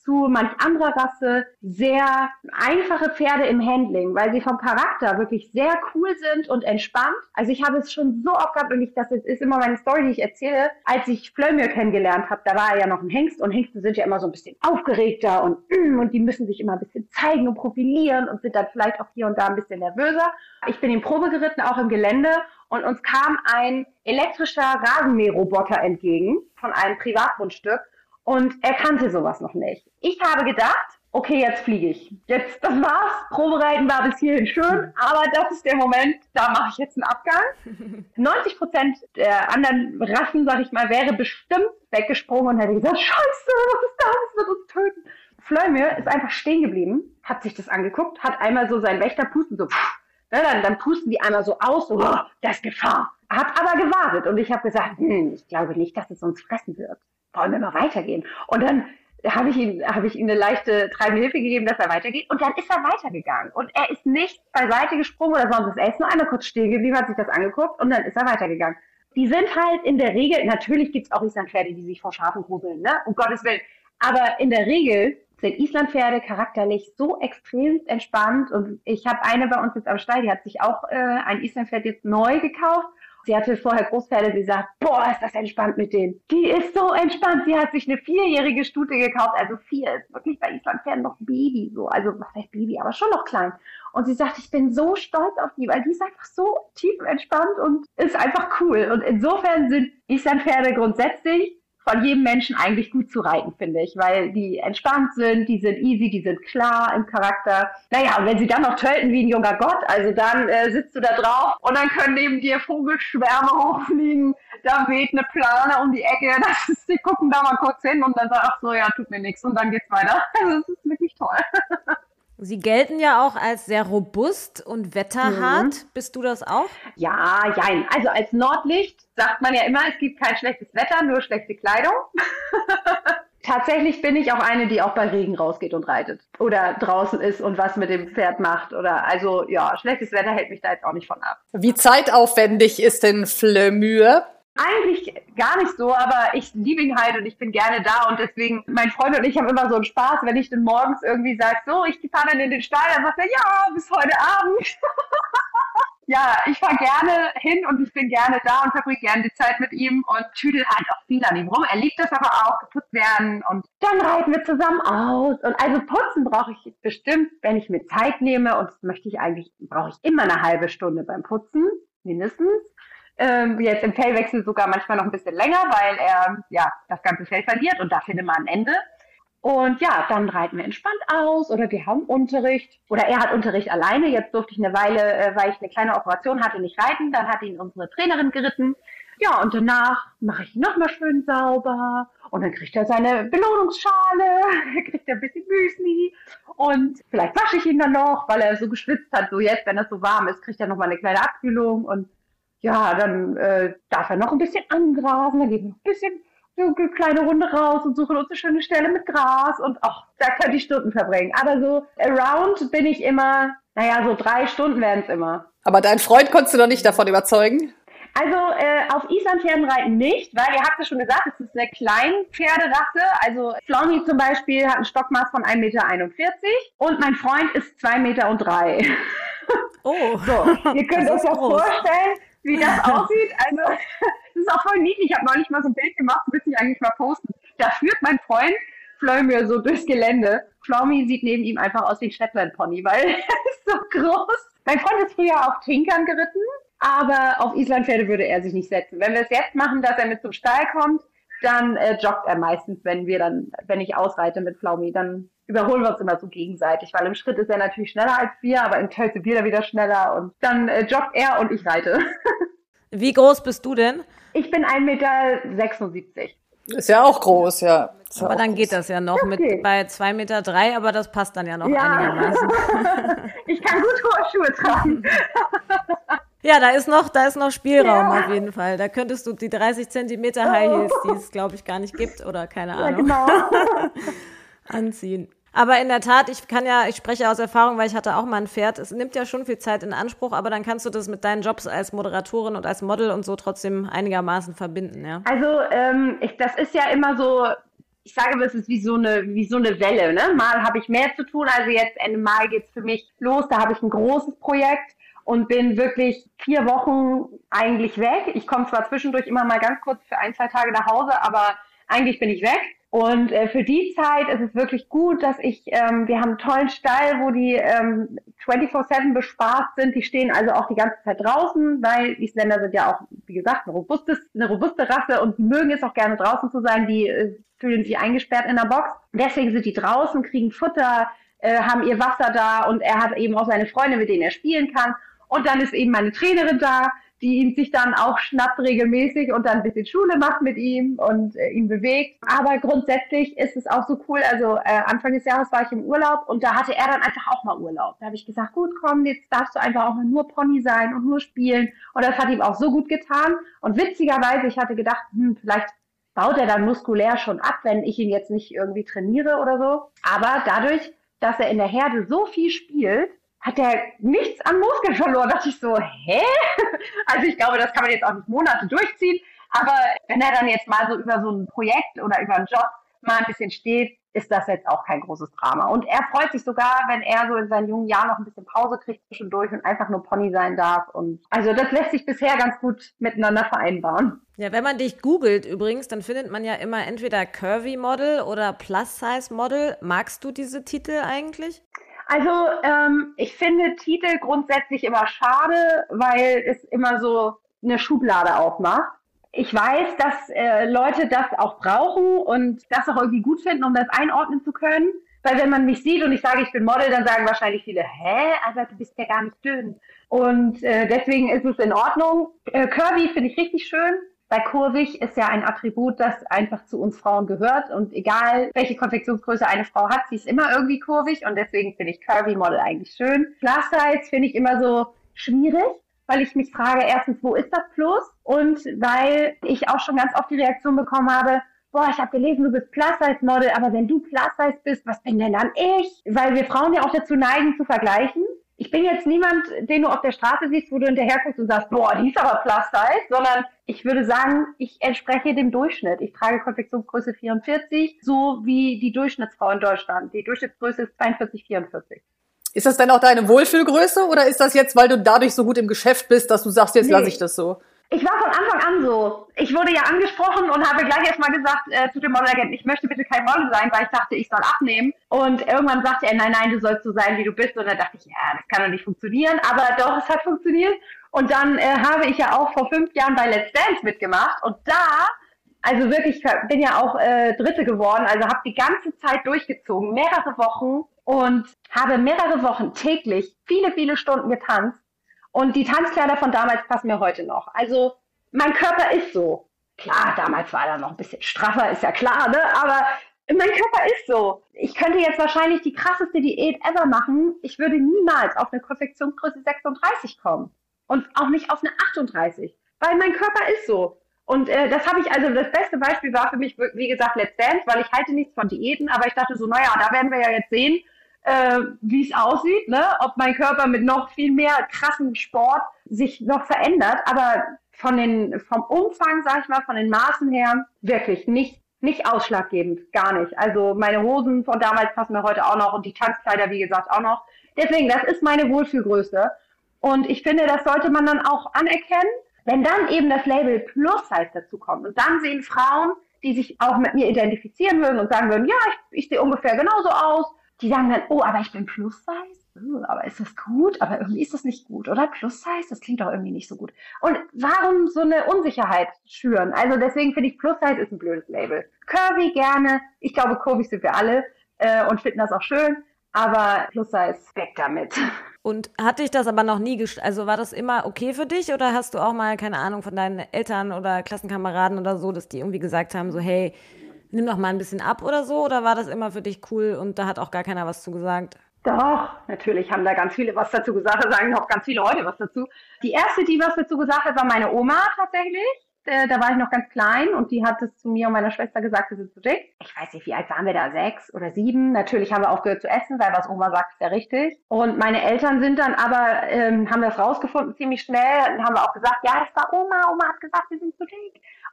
zu manch anderer Rasse sehr einfache Pferde im Handling, weil sie vom Charakter wirklich sehr cool sind und entspannt. Also ich habe es schon so oft gehabt und ich, das ist immer meine Story, die ich erzähle, als ich Flömir kennengelernt habe, da war er ja noch ein Hengst und Hengste sind ja immer so ein bisschen aufgeregter und, und die müssen sich immer ein bisschen zeigen und profilieren und sind dann vielleicht auch hier und da ein bisschen nervöser. Ich bin in Probe geritten, auch im Gelände, und uns kam ein elektrischer Rasenmäherroboter entgegen von einem Privatgrundstück und er kannte sowas noch nicht. Ich habe gedacht, okay, jetzt fliege ich. Jetzt, das war's. Probereiten war bis hierhin schön, aber das ist der Moment, da mache ich jetzt einen Abgang. neunzig Prozent der anderen Rassen, sag ich mal, wäre bestimmt weggesprungen und hätte gesagt, Scheiße, was ist das? Das wird uns töten. Flömir ist einfach stehen geblieben, hat sich das angeguckt, hat einmal so seinen Wächter pusten, so, pff, ne, dann, dann pusten die einmal so aus, so, oh, das ist Gefahr. Hat aber gewartet und ich habe gesagt, hm, ich glaube nicht, dass es uns fressen wird. Wollen wir mal weitergehen? Und dann habe ich ihm, habe ich ihm eine leichte treibende Hilfe gegeben, dass er weitergeht. Und dann ist er weitergegangen. Und er ist nicht beiseite gesprungen oder sonst. Er ist nur einmal kurz stehen geblieben, hat sich das angeguckt und dann ist er weitergegangen. Die sind halt in der Regel, natürlich gibt es auch Islandpferde, die sich vor Schafen gruseln, ne? Um Gottes Willen. Aber in der Regel sind Islandpferde charakterlich so extrem entspannt. Und ich habe eine bei uns jetzt am Stall, die hat sich auch äh, ein Islandpferd jetzt neu gekauft. Sie hatte vorher Großpferde, sie sagt, boah, ist das entspannt mit denen. Die ist so entspannt. Sie hat sich eine vierjährige Stute gekauft. Also vier ist wirklich bei Islandpferden noch Baby so. Also was heißt Baby, aber schon noch klein. Und sie sagt, ich bin so stolz auf die, weil die ist einfach so tief entspannt und ist einfach cool. Und insofern sind Islandpferde grundsätzlich von jedem Menschen eigentlich gut zu reiten, finde ich, weil die entspannt sind, die sind easy, die sind klar im Charakter. Naja, und wenn sie dann noch tölten wie ein junger Gott, also dann äh, sitzt du da drauf und dann können neben dir Vogelschwärme hochfliegen, da weht eine Plane um die Ecke, das ist, die gucken da mal kurz hin und dann sagen, ach so, ja, tut mir nichts und dann geht's weiter. Also das ist wirklich toll. Sie gelten ja auch als sehr robust und wetterhart. Mhm. Bist du das auch? Ja, jein. Also als Nordlicht sagt man ja immer, es gibt kein schlechtes Wetter, nur schlechte Kleidung. Tatsächlich bin ich auch eine, die auch bei Regen rausgeht und reitet. Oder draußen ist und was mit dem Pferd macht. Oder also ja, schlechtes Wetter hält mich da jetzt auch nicht von ab. Wie zeitaufwendig ist denn Flömir? Eigentlich gar nicht so, aber ich liebe ihn halt und ich bin gerne da und deswegen, mein Freund und ich haben immer so einen Spaß, wenn ich dann morgens irgendwie sage, so, ich fahre dann in den Stall, dann sagt er, ja, bis heute Abend. Ja, ich fahre gerne hin und ich bin gerne da und verbringe gerne die Zeit mit ihm und tüdel halt auch viel an ihm rum. Er liebt das aber auch, geputzt werden und dann reiten wir zusammen aus. Und also putzen brauche ich bestimmt, wenn ich mir Zeit nehme und das möchte ich eigentlich, brauche ich immer eine halbe Stunde beim Putzen, mindestens. Ähm, jetzt im Fellwechsel sogar manchmal noch ein bisschen länger, weil er ja das ganze Fell verliert und da findet man ein Ende. Und ja, dann reiten wir entspannt aus oder wir haben Unterricht oder er hat Unterricht alleine. Jetzt durfte ich eine Weile, äh, weil ich eine kleine Operation hatte, nicht reiten. Dann hat ihn unsere Trainerin geritten. Ja, und danach mache ich ihn nochmal schön sauber und dann kriegt er seine Belohnungsschale, kriegt er ein bisschen Müsli und vielleicht wasche ich ihn dann noch, weil er so geschwitzt hat. So jetzt, wenn es so warm ist, kriegt er nochmal eine kleine Abkühlung und ja, dann äh, darf er noch ein bisschen angrasen, dann gehen wir noch ein bisschen so eine kleine Runde raus und suchen uns eine schöne Stelle mit Gras und ach, da kann ich Stunden verbringen. Aber so around bin ich immer, naja, so drei Stunden werden es immer. Aber deinen Freund konntest du doch nicht davon überzeugen? Also äh, auf Islandpferden reiten nicht, weil ihr habt ja schon gesagt, es ist eine Kleinpferderasse. Also Flauny zum Beispiel hat ein Stockmaß von ein Meter einundvierzig und mein Freund ist zwei Meter und drei. Oh, so, ihr könnt euch ja vorstellen, wie das aussieht. Also, das ist auch voll niedlich. Ich habe neulich mal so ein Bild gemacht, das will ich eigentlich mal posten. Da führt mein Freund Flömir so durchs Gelände. Flaumy sieht neben ihm einfach aus wie ein Shetland-Pony, weil er ist so groß. Mein Freund ist früher auf Trinkern geritten, aber auf Islandpferde würde er sich nicht setzen. Wenn wir es jetzt machen, dass er mit zum Stall kommt, dann äh, joggt er meistens, wenn wir dann, wenn ich ausreite mit Flaumy, dann überholen wir uns immer so gegenseitig, weil im Schritt ist er natürlich schneller als wir, aber im Tölt sind wir wieder schneller und dann äh, joggt er und ich reite. Wie groß bist du denn? Ich bin ein Meter sechsundsiebzig. Ist ja auch groß, ja. Ist aber ja dann groß. Geht das ja noch mit okay. Bei zwei Meter drei, aber das passt dann ja noch ja. einigermaßen. Ich kann gut hohe Schuhe tragen. Ja, da ist noch, da ist noch Spielraum ja. auf jeden Fall. Da könntest du die dreißig Zentimeter High Heels, die es, glaube ich, gar nicht gibt oder keine Ahnung, ja, genau. anziehen. Aber in der Tat, ich kann ja, ich spreche aus Erfahrung, weil ich hatte auch mal ein Pferd. Es nimmt ja schon viel Zeit in Anspruch, aber dann kannst du das mit deinen Jobs als Moderatorin und als Model und so trotzdem einigermaßen verbinden, ja? Also ähm, ich, das ist ja immer so ich sage immer, es ist wie so eine, wie so eine Welle, ne? Mal habe ich mehr zu tun, also jetzt Ende Mai geht's für mich los, da habe ich ein großes Projekt und bin wirklich vier Wochen eigentlich weg. Ich komme zwar zwischendurch immer mal ganz kurz für ein, zwei Tage nach Hause, aber eigentlich bin ich weg. Und äh, für die Zeit ist es wirklich gut, dass ich, ähm, wir haben einen tollen Stall, wo die ähm, vierundzwanzig sieben bespaßt sind. Die stehen also auch die ganze Zeit draußen, weil die Isländer sind ja auch, wie gesagt, eine, robustes, eine robuste Rasse und die mögen es auch gerne draußen zu sein. Die äh, fühlen sich eingesperrt in der Box. Deswegen sind die draußen, kriegen Futter, äh, haben ihr Wasser da und er hat eben auch seine Freunde, mit denen er spielen kann. Und dann ist eben meine Trainerin da, die ihn sich dann auch schnappt regelmäßig und dann ein bisschen Schule macht mit ihm und äh, ihn bewegt. Aber grundsätzlich ist es auch so cool, also äh, Anfang des Jahres war ich im Urlaub und da hatte er dann einfach auch mal Urlaub. Da habe ich gesagt, gut, komm, jetzt darfst du einfach auch mal nur Pony sein und nur spielen. Und das hat ihm auch so gut getan. Und witzigerweise, ich hatte gedacht, hm, vielleicht baut er dann muskulär schon ab, wenn ich ihn jetzt nicht irgendwie trainiere oder so. Aber dadurch, dass er in der Herde so viel spielt, hat er nichts an Muskeln verloren. Da dachte ich so, hä? Also ich glaube, das kann man jetzt auch nicht Monate durchziehen. Aber wenn er dann jetzt mal so über so ein Projekt oder über einen Job mal ein bisschen steht, ist das jetzt auch kein großes Drama. Und er freut sich sogar, wenn er so in seinen jungen Jahren noch ein bisschen Pause kriegt zwischendurch und einfach nur Pony sein darf. Und also das lässt sich bisher ganz gut miteinander vereinbaren. Ja, wenn man dich googelt übrigens, dann findet man ja immer entweder Curvy Model oder Plus Size Model. Magst du diese Titel eigentlich? Also ähm, ich finde Titel grundsätzlich immer schade, weil es immer so eine Schublade aufmacht. Ich weiß, dass äh, Leute das auch brauchen und das auch irgendwie gut finden, um das einordnen zu können. Weil wenn man mich sieht und ich sage, ich bin Model, dann sagen wahrscheinlich viele, hä, aber du bist ja gar nicht dünn. Und äh, deswegen ist es in Ordnung. Äh, Curvy finde ich richtig schön. Weil kurvig ist ja ein Attribut, das einfach zu uns Frauen gehört. Und egal, welche Konfektionsgröße eine Frau hat, sie ist immer irgendwie kurvig. Und deswegen finde ich Curvy Model eigentlich schön. Plus Size finde ich immer so schwierig, weil ich mich frage, erstens, wo ist das Plus? Und weil ich auch schon ganz oft die Reaktion bekommen habe, boah, ich habe gelesen, du bist Plus Size Model, aber wenn du Plus Size bist, was bin denn dann ich? Weil wir Frauen ja auch dazu neigen, zu vergleichen. Ich bin jetzt niemand, den du auf der Straße siehst, wo du hinterher guckst und sagst, boah, die ist aber Plus Size, sondern ich würde sagen, ich entspreche dem Durchschnitt. Ich trage Konfektionsgröße vierundvierzig, so wie die Durchschnittsfrau in Deutschland. Die Durchschnittsgröße ist zweiundvierzig, vierundvierzig. Ist das denn auch deine Wohlfühlgröße oder ist das jetzt, weil du dadurch so gut im Geschäft bist, dass du sagst, jetzt nee. lasse ich das so? Ich war von Anfang an so. Ich wurde ja angesprochen und habe gleich erstmal gesagt äh, zu dem Modelagenten, ich möchte bitte kein Model sein, weil ich dachte, ich soll abnehmen. Und irgendwann sagte er, nein, nein, du sollst so sein, wie du bist. Und dann dachte ich, ja, das kann doch nicht funktionieren. Aber doch, es hat funktioniert. Und dann äh, habe ich ja auch vor fünf Jahren bei Let's Dance mitgemacht. Und da, also wirklich, ich bin ja auch äh, Dritte geworden, also habe die ganze Zeit durchgezogen, mehrere Wochen. Und habe mehrere Wochen täglich viele, viele Stunden getanzt. Und die Tanzkleider von damals passen mir heute noch. Also mein Körper ist so. Klar, damals war er noch ein bisschen straffer, ist ja klar, ne? Aber mein Körper ist so. Ich könnte jetzt wahrscheinlich die krasseste Diät ever machen. Ich würde niemals auf eine Konfektionsgröße sechsunddreißig kommen. Und auch nicht auf eine achtunddreißig. Weil mein Körper ist so. Und äh, das habe ich, also das beste Beispiel war für mich, wie gesagt, Let's Dance, weil ich halte nichts von Diäten. Aber ich dachte so, naja, da werden wir ja jetzt sehen, Äh, wie es aussieht, ne? Ob mein Körper mit noch viel mehr krassen Sport sich noch verändert, aber von den, vom Umfang, sag ich mal, von den Maßen her, wirklich nicht, nicht ausschlaggebend, gar nicht. Also meine Hosen von damals passen mir heute auch noch und die Tanzkleider, wie gesagt, auch noch. Deswegen, das ist meine Wohlfühlgröße und ich finde, das sollte man dann auch anerkennen, wenn dann eben das Label Plus Size dazu kommt und dann sehen Frauen, die sich auch mit mir identifizieren würden und sagen würden, ja, ich, ich sehe ungefähr genauso aus. Die sagen dann, oh, aber ich bin Plus-Size? Oh, aber ist das gut? Aber irgendwie ist das nicht gut, oder? Plus-Size? Das klingt doch irgendwie nicht so gut. Und warum so eine Unsicherheit schüren? Also deswegen finde ich, Plus-Size ist ein blödes Label. Curvy gerne. Ich glaube, kurvig sind wir alle äh, und finden das auch schön. Aber Plus-Size, weg damit. Und hat dich das aber noch nie, gest- also war das immer okay für dich? Oder hast du auch mal, keine Ahnung, von deinen Eltern oder Klassenkameraden oder so, dass die irgendwie gesagt haben, so hey, nimm doch mal ein bisschen ab oder so? Oder war das immer für dich cool und da hat auch gar keiner was zu gesagt? Doch, natürlich haben da ganz viele was dazu gesagt. Da sagen auch ganz viele heute was dazu. Die erste, die was dazu gesagt hat, war meine Oma tatsächlich. Äh, da war ich noch ganz klein und die hat es zu mir und meiner Schwester gesagt, wir sind zu dick. Ich weiß nicht, wie alt waren wir da? Sechs oder sieben? Natürlich haben wir aufgehört zu essen, weil was Oma sagt, ist ja richtig. Und meine Eltern sind dann aber, ähm, haben das rausgefunden ziemlich schnell. Dann haben wir auch gesagt, ja, das war Oma. Oma hat gesagt, wir sind zu dick.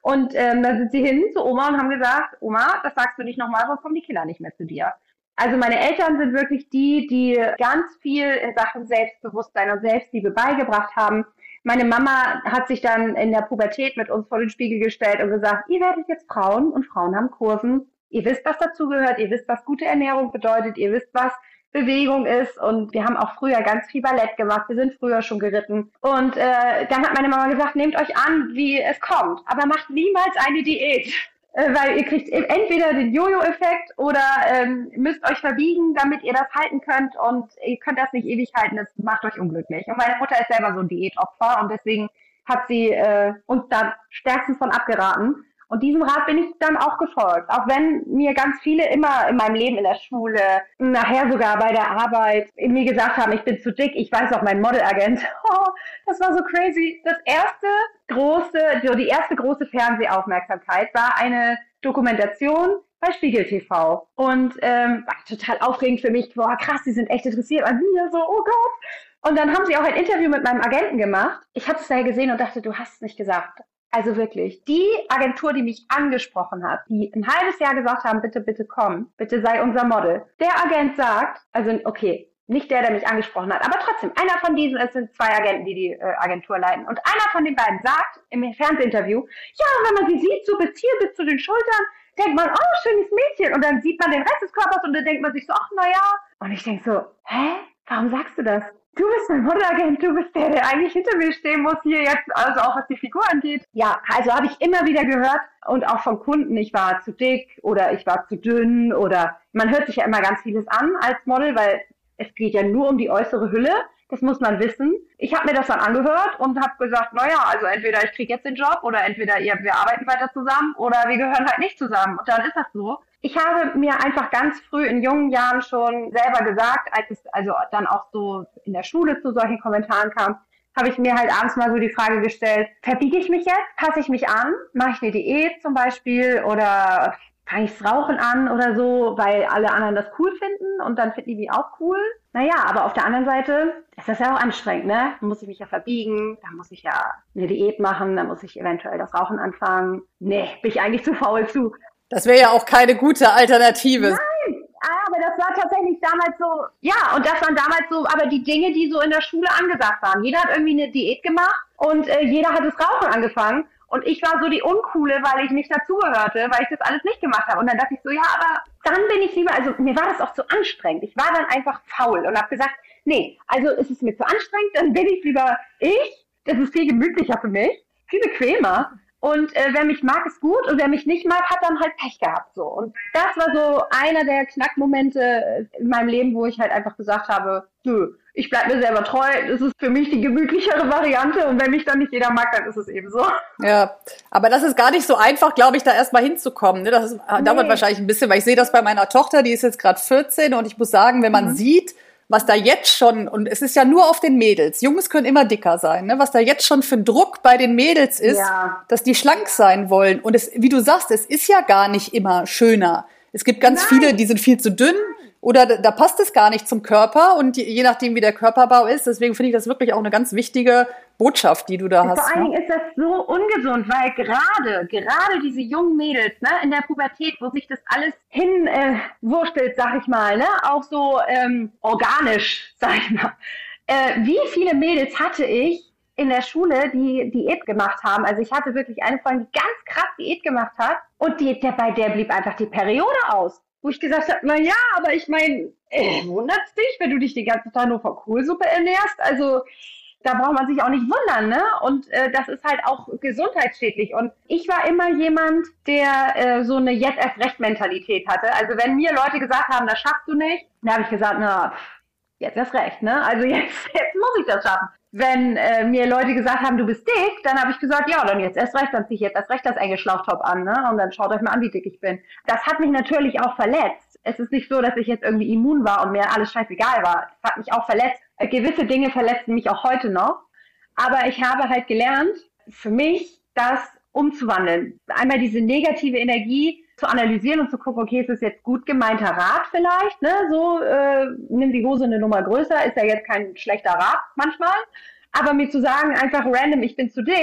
Und ähm, dann sind sie hin zu Oma und haben gesagt, Oma, das sagst du nicht nochmal, sonst kommen die Kinder nicht mehr zu dir. Also meine Eltern sind wirklich die, die ganz viel in Sachen Selbstbewusstsein und Selbstliebe beigebracht haben. Meine Mama hat sich dann in der Pubertät mit uns vor den Spiegel gestellt und gesagt, ihr werdet jetzt Frauen und Frauen haben Kurven. Ihr wisst, was dazugehört, ihr wisst, was gute Ernährung bedeutet, ihr wisst, was Bewegung ist, und wir haben auch früher ganz viel Ballett gemacht, wir sind früher schon geritten, und äh, dann hat meine Mama gesagt, nehmt euch an, wie es kommt, aber macht niemals eine Diät, äh, weil ihr kriegt entweder den Jojo-Effekt oder ähm, müsst euch verbiegen, damit ihr das halten könnt, und ihr könnt das nicht ewig halten, das macht euch unglücklich. Und meine Mutter ist selber so ein Diätopfer, und deswegen hat sie äh, uns da stärkstens von abgeraten. Und diesem Rat bin ich dann auch gefolgt. Auch wenn mir ganz viele immer in meinem Leben, in der Schule, nachher sogar bei der Arbeit mir gesagt haben, ich bin zu dick. Ich weiß auch, mein Modelagent, oh, das war so crazy. Das erste große, so die erste große Fernsehaufmerksamkeit war eine Dokumentation bei Spiegel T V. Und ähm, war total aufregend für mich. Boah, krass, die sind echt interessiert an mir. So, oh Gott. Und dann haben sie auch ein Interview mit meinem Agenten gemacht. Ich habe es daher gesehen und dachte, du hast es nicht gesagt. Also wirklich, die Agentur, die mich angesprochen hat, die ein halbes Jahr gesagt haben, bitte, bitte komm, bitte sei unser Model. Der Agent sagt, also okay, nicht der, der mich angesprochen hat, aber trotzdem, einer von diesen, es sind zwei Agenten, die die äh, Agentur leiten, und einer von den beiden sagt im Fernsehinterview, ja, wenn man sie sieht, so bis hier, bis zu den Schultern, denkt man, oh, schönes Mädchen, und dann sieht man den Rest des Körpers und dann denkt man sich so, ach, naja, und ich denke so, hä, warum sagst du das? Du bist mein Modelagent, du bist der, der eigentlich hinter mir stehen muss hier jetzt, also auch was die Figur angeht. Ja, also habe ich immer wieder gehört, und auch von Kunden, ich war zu dick oder ich war zu dünn, oder man hört sich ja immer ganz vieles an als Model, weil es geht ja nur um die äußere Hülle, das muss man wissen. Ich habe mir das dann angehört und habe gesagt, naja, also entweder ich kriege jetzt den Job oder entweder ihr, wir arbeiten weiter zusammen oder wir gehören halt nicht zusammen, und dann ist das so. Ich habe mir einfach ganz früh in jungen Jahren schon selber gesagt, als es also dann auch so in der Schule zu solchen Kommentaren kam, habe ich mir halt abends mal so die Frage gestellt, verbiege ich mich jetzt, passe ich mich an, mache ich eine Diät zum Beispiel oder fange ich das Rauchen an oder so, weil alle anderen das cool finden und dann finden die mich auch cool. Naja, aber auf der anderen Seite ist das ja auch anstrengend, ne? Da muss ich mich ja verbiegen, da muss ich ja eine Diät machen, da muss ich eventuell das Rauchen anfangen. Nee, bin ich eigentlich zu faul zu. Das wäre ja auch keine gute Alternative. Nein, aber das war tatsächlich damals so, ja, und das waren damals so, aber die Dinge, die so in der Schule angesagt waren. Jeder hat irgendwie eine Diät gemacht und äh, jeder hat das Rauchen angefangen. Und ich war so die Uncoole, weil ich nicht dazugehörte, weil ich das alles nicht gemacht habe. Und dann dachte ich so, ja, aber dann bin ich lieber, also mir war das auch zu anstrengend. Ich war dann einfach faul und habe gesagt, nee, also ist es mir zu anstrengend, dann bin ich lieber ich. Das ist viel gemütlicher für mich, viel bequemer. Und äh, wer mich mag, ist gut, und wer mich nicht mag, hat dann halt Pech gehabt. So. Und das war so einer der Knackmomente in meinem Leben, wo ich halt einfach gesagt habe, nö, ich bleib mir selber treu, das ist für mich die gemütlichere Variante, und wenn mich dann nicht jeder mag, dann ist es eben so. Ja, aber das ist gar nicht so einfach, glaube ich, da erstmal hinzukommen. Ne? Das ist, nee. dauert wahrscheinlich ein bisschen, weil ich sehe das bei meiner Tochter, die ist jetzt gerade vierzehn, und ich muss sagen, wenn man mhm. sieht, was da jetzt schon, und es ist ja nur auf den Mädels, Jungs können immer dicker sein, ne? Was da jetzt schon für ein Druck bei den Mädels ist, ja. dass die schlank sein wollen. Und es, wie du sagst, es ist ja gar nicht immer schöner. Es gibt ganz Nein. viele, die sind viel zu dünn, oder da, da passt es gar nicht zum Körper, und je nachdem, wie der Körperbau ist. Deswegen finde ich das wirklich auch eine ganz wichtige Botschaft, die du da hast. Vor allen Dingen ist das so ungesund, weil gerade, gerade diese jungen Mädels, ne, in der Pubertät, wo sich das alles hin äh, wurstelt, sag ich mal, ne, auch so ähm, organisch, sag ich mal. Äh, wie viele Mädels hatte ich in der Schule, die Diät gemacht haben? Also ich hatte wirklich eine Freundin, die ganz krass Diät gemacht hat, und die, der, bei der blieb einfach die Periode aus. Wo ich gesagt habe, na ja, aber ich meine, äh, wundert's dich, wenn du dich den ganzen Tag nur von Kohlsuppe ernährst? Also da braucht man sich auch nicht wundern, ne? Und äh, das ist halt auch gesundheitsschädlich. Und ich war immer jemand, der äh, so eine Jetzt-erst-recht-Mentalität hatte. Also wenn mir Leute gesagt haben, das schaffst du nicht, dann habe ich gesagt, na, pff, jetzt erst recht, ne? Also jetzt, jetzt muss ich das schaffen. Wenn äh, mir Leute gesagt haben, du bist dick, dann habe ich gesagt, ja, dann jetzt erst recht, dann ziehe ich jetzt erst recht das enge Schlauchtop an, ne? Und dann schaut euch mal an, wie dick ich bin. Das hat mich natürlich auch verletzt. Es ist nicht so, dass ich jetzt irgendwie immun war und mir alles scheißegal war. Es hat mich auch verletzt. Äh, gewisse Dinge verletzen mich auch heute noch. Aber ich habe halt gelernt, für mich das umzuwandeln. Einmal diese negative Energie zu analysieren und zu gucken, okay, ist das jetzt gut gemeinter Rat vielleicht, ne? So, äh, nimm die Hose eine Nummer größer, ist ja jetzt kein schlechter Rat manchmal. Aber mir zu sagen, einfach random, ich bin zu dick,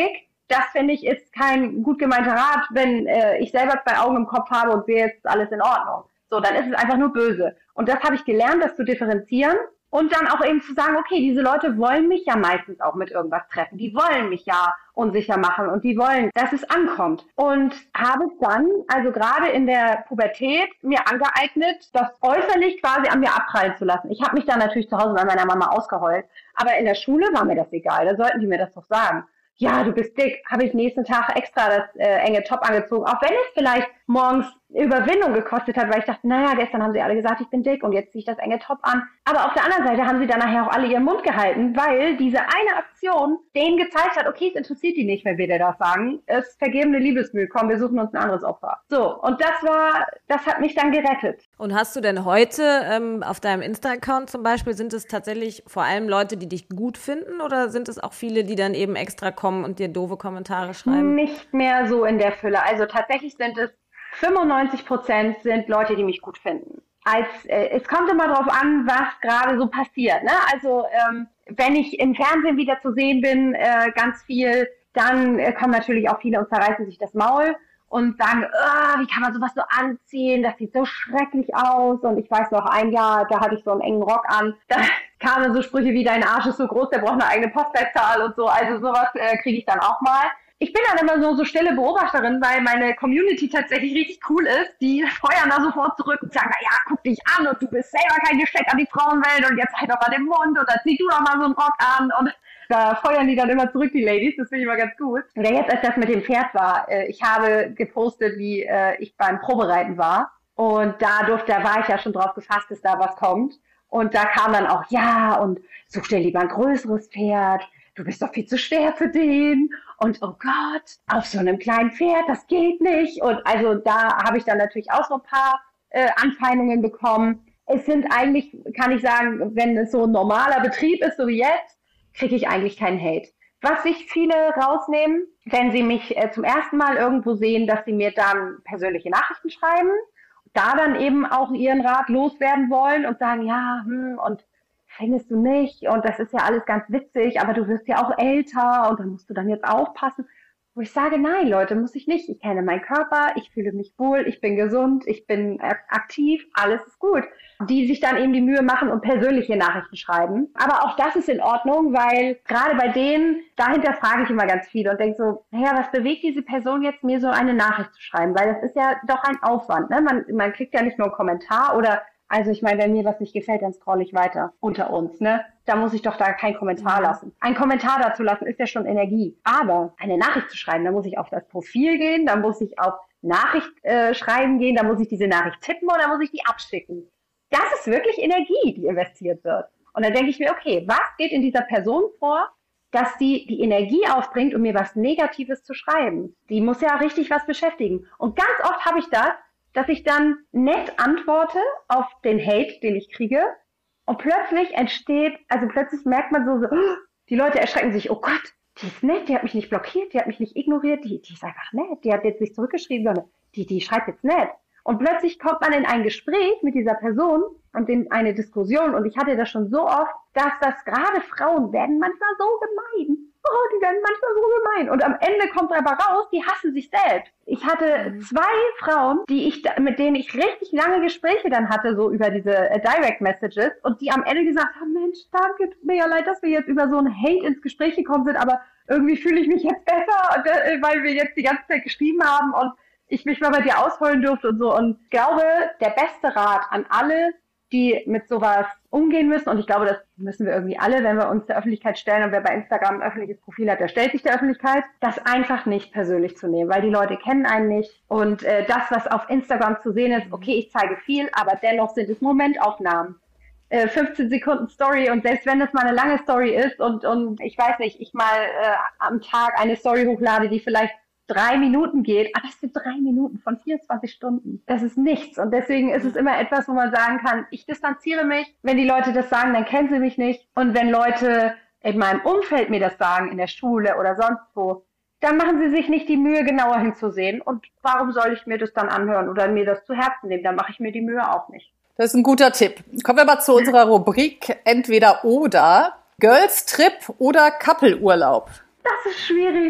das finde ich ist kein gut gemeinter Rat, wenn äh, ich selber zwei Augen im Kopf habe und sehe, jetzt ist alles in Ordnung. So, dann ist es einfach nur böse. Und das habe ich gelernt, das zu differenzieren und dann auch eben zu sagen, okay, diese Leute wollen mich ja meistens auch mit irgendwas treffen. Die wollen mich ja unsicher machen und die wollen, dass es ankommt. Und habe dann, also gerade in der Pubertät, mir angeeignet, das äußerlich quasi an mir abprallen zu lassen. Ich habe mich dann natürlich zu Hause bei meiner Mama ausgeheult. Aber in der Schule war mir das egal. Da sollten die mir das doch sagen. Ja, du bist dick, habe ich nächsten Tag extra das äh, enge Top angezogen, auch wenn es vielleicht morgens Überwindung gekostet hat, weil ich dachte, naja, gestern haben sie alle gesagt, ich bin dick und jetzt ziehe ich das enge Top an. Aber auf der anderen Seite haben sie dann nachher auch alle ihren Mund gehalten, weil diese eine Aktion denen gezeigt hat, okay, es interessiert die nicht, wenn wir dir das sagen, es ist vergebene Liebesmüh, komm, wir suchen uns ein anderes Opfer. So, und das war, das hat mich dann gerettet. Und hast du denn heute ähm, auf deinem Insta-Account zum Beispiel, sind es tatsächlich vor allem Leute, die dich gut finden oder sind es auch viele, die dann eben extra kommen und dir doofe Kommentare schreiben? Nicht mehr so in der Fülle. Also tatsächlich sind es fünfundneunzig Prozent sind Leute, die mich gut finden. Als, äh, es kommt immer drauf an, was gerade so passiert. Ne? Also ähm, wenn ich im Fernsehen wieder zu sehen bin, äh, ganz viel, dann äh, kommen natürlich auch viele und zerreißen sich das Maul und sagen, oh, wie kann man sowas so anziehen, das sieht so schrecklich aus. Und ich weiß noch, ein Jahr, da hatte ich so einen engen Rock an, da kamen so Sprüche wie, dein Arsch ist so groß, der braucht eine eigene Postleitzahl und so. Also sowas äh, kriege ich dann auch mal. Ich bin dann immer so, so stille Beobachterin, weil meine Community tatsächlich richtig cool ist. Die feuern da sofort zurück und sagen, na ja, guck dich an und du bist selber kein Geschenk an die Frauenwelt und jetzt halt doch mal den Mund oder zieh du doch mal so einen Rock an. Und da feuern die dann immer zurück, die Ladies. Das finde ich immer ganz gut. Oder jetzt, als das mit dem Pferd war, ich habe gepostet, wie ich beim Probereiten war. Und da durfte, da war ich ja schon drauf gefasst, dass da was kommt. Und da kam dann auch, ja, und such dir lieber ein größeres Pferd. Du bist doch viel zu schwer für den. Und oh Gott, auf so einem kleinen Pferd, das geht nicht. Und also da habe ich dann natürlich auch so ein paar äh, Anfeindungen bekommen. Es sind eigentlich, kann ich sagen, wenn es so ein normaler Betrieb ist, so wie jetzt, kriege ich eigentlich keinen Hate. Was sich viele rausnehmen, wenn sie mich äh, zum ersten Mal irgendwo sehen, dass sie mir dann persönliche Nachrichten schreiben, da dann eben auch ihren Rat loswerden wollen und sagen, ja, hm, und findest du nicht? Und das ist ja alles ganz witzig, aber du wirst ja auch älter und dann musst du dann jetzt aufpassen. Wo ich sage, nein, Leute, muss ich nicht. Ich kenne meinen Körper, ich fühle mich wohl, ich bin gesund, ich bin aktiv, alles ist gut. Die sich dann eben die Mühe machen und persönliche Nachrichten schreiben. Aber auch das ist in Ordnung, weil gerade bei denen, dahinter frage ich immer ganz viel und denke so, naja, was bewegt diese Person jetzt, mir so eine Nachricht zu schreiben? Weil das ist ja doch ein Aufwand. Ne? Man, man kriegt ja nicht nur einen Kommentar oder also ich meine, wenn mir was nicht gefällt, dann scroll ich weiter unter uns, ne? Da muss ich doch da keinen Kommentar mhm. lassen. Ein Kommentar dazu lassen ist ja schon Energie. Aber eine Nachricht zu schreiben, da muss ich auf das Profil gehen, da muss ich auf Nachricht äh, schreiben gehen, da muss ich diese Nachricht tippen oder muss ich die abschicken. Das ist wirklich Energie, die investiert wird. Und dann denke ich mir, okay, was geht in dieser Person vor, dass sie die Energie aufbringt, um mir was Negatives zu schreiben? Die muss ja richtig was beschäftigen. Und ganz oft habe ich das, dass ich dann nett antworte auf den Hate, den ich kriege und plötzlich entsteht, also plötzlich merkt man so, so die Leute erschrecken sich, oh Gott, die ist nett, die hat mich nicht blockiert, die hat mich nicht ignoriert, die, die ist einfach nett, die hat jetzt nicht zurückgeschrieben, sondern die, die schreibt jetzt nett. Und plötzlich kommt man in ein Gespräch mit dieser Person und in eine Diskussion und ich hatte das schon so oft, dass das gerade Frauen werden manchmal so gemein. Oh, die werden manchmal so gemein. Und am Ende kommt aber raus, die hassen sich selbst. Ich hatte zwei Frauen, die ich, mit denen ich richtig lange Gespräche dann hatte, so über diese äh, Direct Messages, und die am Ende gesagt haben, Mensch, danke, tut mir ja leid, dass wir jetzt über so ein Hate ins Gespräch gekommen sind, aber irgendwie fühle ich mich jetzt besser, äh, weil wir jetzt die ganze Zeit geschrieben haben und ich mich mal bei dir ausheulen durfte und so. Und ich glaube, der beste Rat an alle, die mit sowas umgehen müssen, und ich glaube, das müssen wir irgendwie alle, wenn wir uns der Öffentlichkeit stellen, und wer bei Instagram ein öffentliches Profil hat, der stellt sich der Öffentlichkeit, das einfach nicht persönlich zu nehmen, weil die Leute kennen einen nicht und äh, das, was auf Instagram zu sehen ist, okay, ich zeige viel, aber dennoch sind es Momentaufnahmen. Äh, fünfzehn Sekunden Story, und selbst wenn es mal eine lange Story ist und, und ich weiß nicht, ich mal äh, am Tag eine Story hochlade, die vielleicht drei Minuten geht, aber das sind drei Minuten von vierundzwanzig Stunden. Das ist nichts. Und deswegen ist es immer etwas, wo man sagen kann, ich distanziere mich. Wenn die Leute das sagen, dann kennen sie mich nicht. Und wenn Leute in meinem Umfeld mir das sagen, in der Schule oder sonst wo, dann machen sie sich nicht die Mühe, genauer hinzusehen. Und warum soll ich mir das dann anhören oder mir das zu Herzen nehmen? Dann mache ich mir die Mühe auch nicht. Das ist ein guter Tipp. Kommen wir mal zu unserer Rubrik Entweder oder. Girls Trip oder Couple-Urlaub? Das ist schwierig.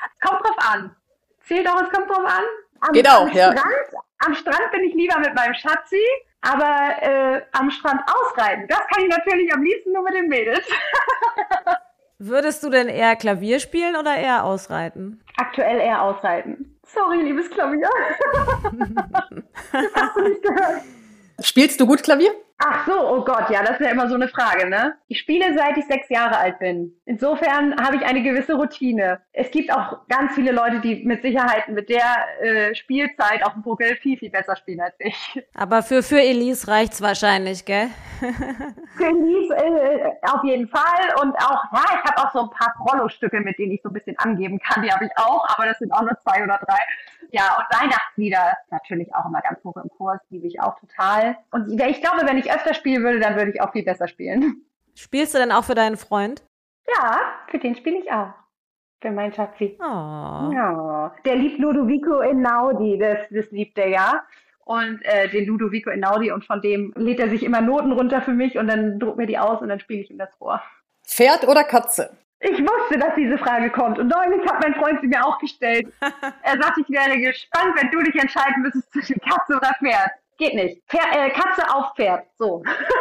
Kommt drauf an. Zählt auch, es kommt drauf an. Am, Geht auch, am ja. Strand, am Strand bin ich lieber mit meinem Schatzi, aber äh, am Strand ausreiten, das kann ich natürlich am liebsten nur mit den Mädels. Würdest du denn eher Klavier spielen oder eher ausreiten? Aktuell eher ausreiten. Sorry, liebes Klavier. Das hast du nicht gehört. Spielst du gut Klavier? Ach so, oh Gott, ja, das ist ja immer so eine Frage, ne? Ich spiele, seit ich sechs Jahre alt bin. Insofern habe ich eine gewisse Routine. Es gibt auch ganz viele Leute, die mit Sicherheit mit der äh, Spielzeit auf dem Buckel viel, viel besser spielen als ich. Aber für, für Elise reicht's wahrscheinlich, gell? Für Elise äh, auf jeden Fall. Und auch, ja, ich habe auch so ein paar Rollo-Stücke, mit denen ich so ein bisschen angeben kann. Die habe ich auch, aber das sind auch nur zwei oder drei. Ja, und Weihnachtslieder natürlich auch immer ganz hoch im Kurs, liebe ich auch total. Und ich glaube, wenn ich öfter spielen würde, dann würde ich auch viel besser spielen. Spielst du denn auch für deinen Freund? Ja, für den spiele ich auch. Für meinen Schatzi. Oh. Ja, der liebt Ludovico Einaudi, das, das liebt er ja. Und äh, den Ludovico Einaudi, und von dem lädt er sich immer Noten runter für mich und dann druckt mir die aus und dann spiele ich ihm das vor. Pferd oder Katze? Ich wusste, dass diese Frage kommt und neulich hat mein Freund sie mir auch gestellt. Er sagt, ich wäre gespannt, wenn du dich entscheiden müsstest zwischen Katze oder Pferd. Geht nicht. Pferd, äh, Katze auf Pferd. So.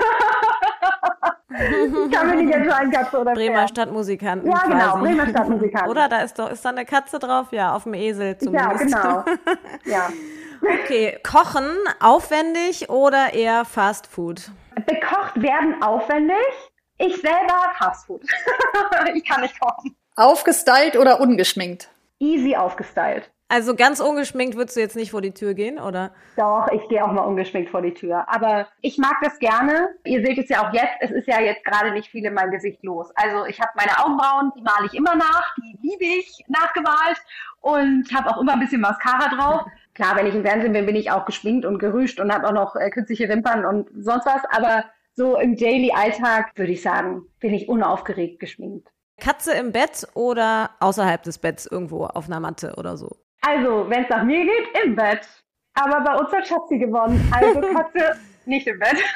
Ich kann mich nicht entscheiden, Katze oder Bremer Pferd. Stadtmusikanten. Ja, genau, quasi. Bremer Stadtmusikanten. Oder? Da ist doch, ist da eine Katze drauf? Ja, auf dem Esel zumindest. Ja, genau. Ja. Okay, kochen aufwendig oder eher Fast Food? Bekocht werden aufwendig. Ich selber Fastfood. Ich kann nicht kochen. Aufgestylt oder ungeschminkt? Easy aufgestylt. Also ganz ungeschminkt würdest du jetzt nicht vor die Tür gehen, oder? Doch, ich gehe auch mal ungeschminkt vor die Tür. Aber ich mag das gerne. Ihr seht es ja auch jetzt. Es ist ja jetzt gerade nicht viel in meinem Gesicht los. Also ich habe meine Augenbrauen, die male ich immer nach. Die liebe ich nachgemalt. Und habe auch immer ein bisschen Mascara drauf. Klar, wenn ich im Fernsehen bin, bin ich auch geschminkt und gerüscht und habe auch noch äh, künstliche Wimpern und sonst was. Aber so im Daily-Alltag, würde ich sagen, bin ich unaufgeregt geschminkt. Katze im Bett oder außerhalb des Betts irgendwo auf einer Matte oder so? Also, wenn es nach mir geht, im Bett. Aber bei uns hat Schatzi gewonnen. Also Katze nicht im Bett.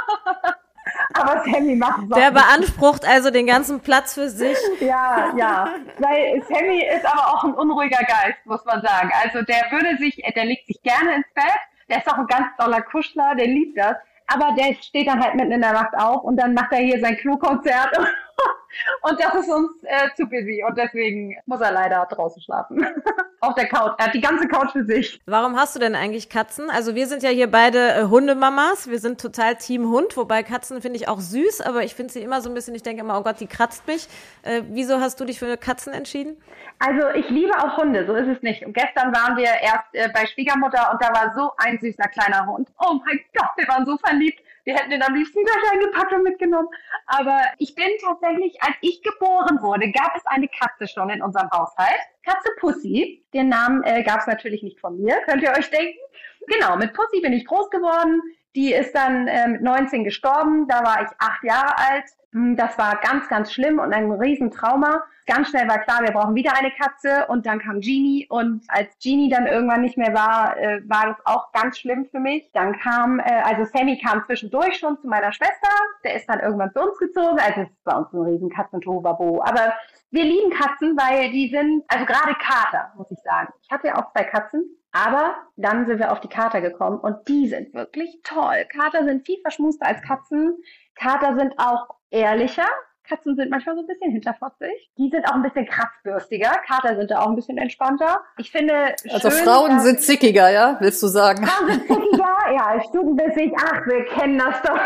Aber Sammy macht es. Der beansprucht also den ganzen Platz für sich. Ja, ja. Weil Sammy ist aber auch ein unruhiger Geist, muss man sagen. Also der würde sich, der legt sich gerne ins Bett. Der ist auch ein ganz toller Kuschler, der liebt das. Aber der steht dann halt mitten in der Nacht auf und dann macht er hier sein Klokonzert und das ist uns äh, zu busy und deswegen muss er leider draußen schlafen. Auf der Couch. Er hat die ganze Couch für sich. Warum hast du denn eigentlich Katzen? Also wir sind ja hier beide äh, Hundemamas. Wir sind total Team Hund, wobei Katzen finde ich auch süß, aber ich finde sie immer so ein bisschen, ich denke immer, oh Gott, die kratzt mich. Äh, wieso hast du dich für Katzen entschieden? Also ich liebe auch Hunde, so ist es nicht. Und gestern waren wir erst äh, bei Schwiegermutter und da war so ein süßer kleiner Hund. Oh mein Gott, wir waren so verliebt. Wir hätten den am liebsten gleich eingepackt und mitgenommen. Aber ich bin tatsächlich, als ich geboren wurde, gab es eine Katze schon in unserem Haushalt. Katze Pussy. Den Namen äh, gab es natürlich nicht von mir, könnt ihr euch denken. Genau, mit Pussy bin ich groß geworden. Die ist dann äh, mit neunzehn gestorben. Da war ich acht Jahre alt. Das war ganz, ganz schlimm und ein Riesentrauma. Ganz schnell war klar, wir brauchen wieder eine Katze und dann kam Genie und als Genie dann irgendwann nicht mehr war, äh, war das auch ganz schlimm für mich. Dann kam, äh, also Sammy kam zwischendurch schon zu meiner Schwester, der ist dann irgendwann zu uns gezogen, also es ist bei uns ein riesen Katzen-Tohuwabo, aber wir lieben Katzen, weil die sind, also gerade Kater, muss ich sagen. Ich hatte ja auch zwei Katzen, aber dann sind wir auf die Kater gekommen und die sind wirklich toll. Kater sind viel verschmuster als Katzen. Kater sind auch ehrlicher. Katzen sind manchmal so ein bisschen hinterfotzig. Die sind auch ein bisschen kratzbürstiger. Kater sind da auch ein bisschen entspannter. Ich finde Also schön, Frauen sind zickiger, ja? Willst du sagen? Frauen sind zickiger, ja, stutenbissig. Ach, wir kennen das doch.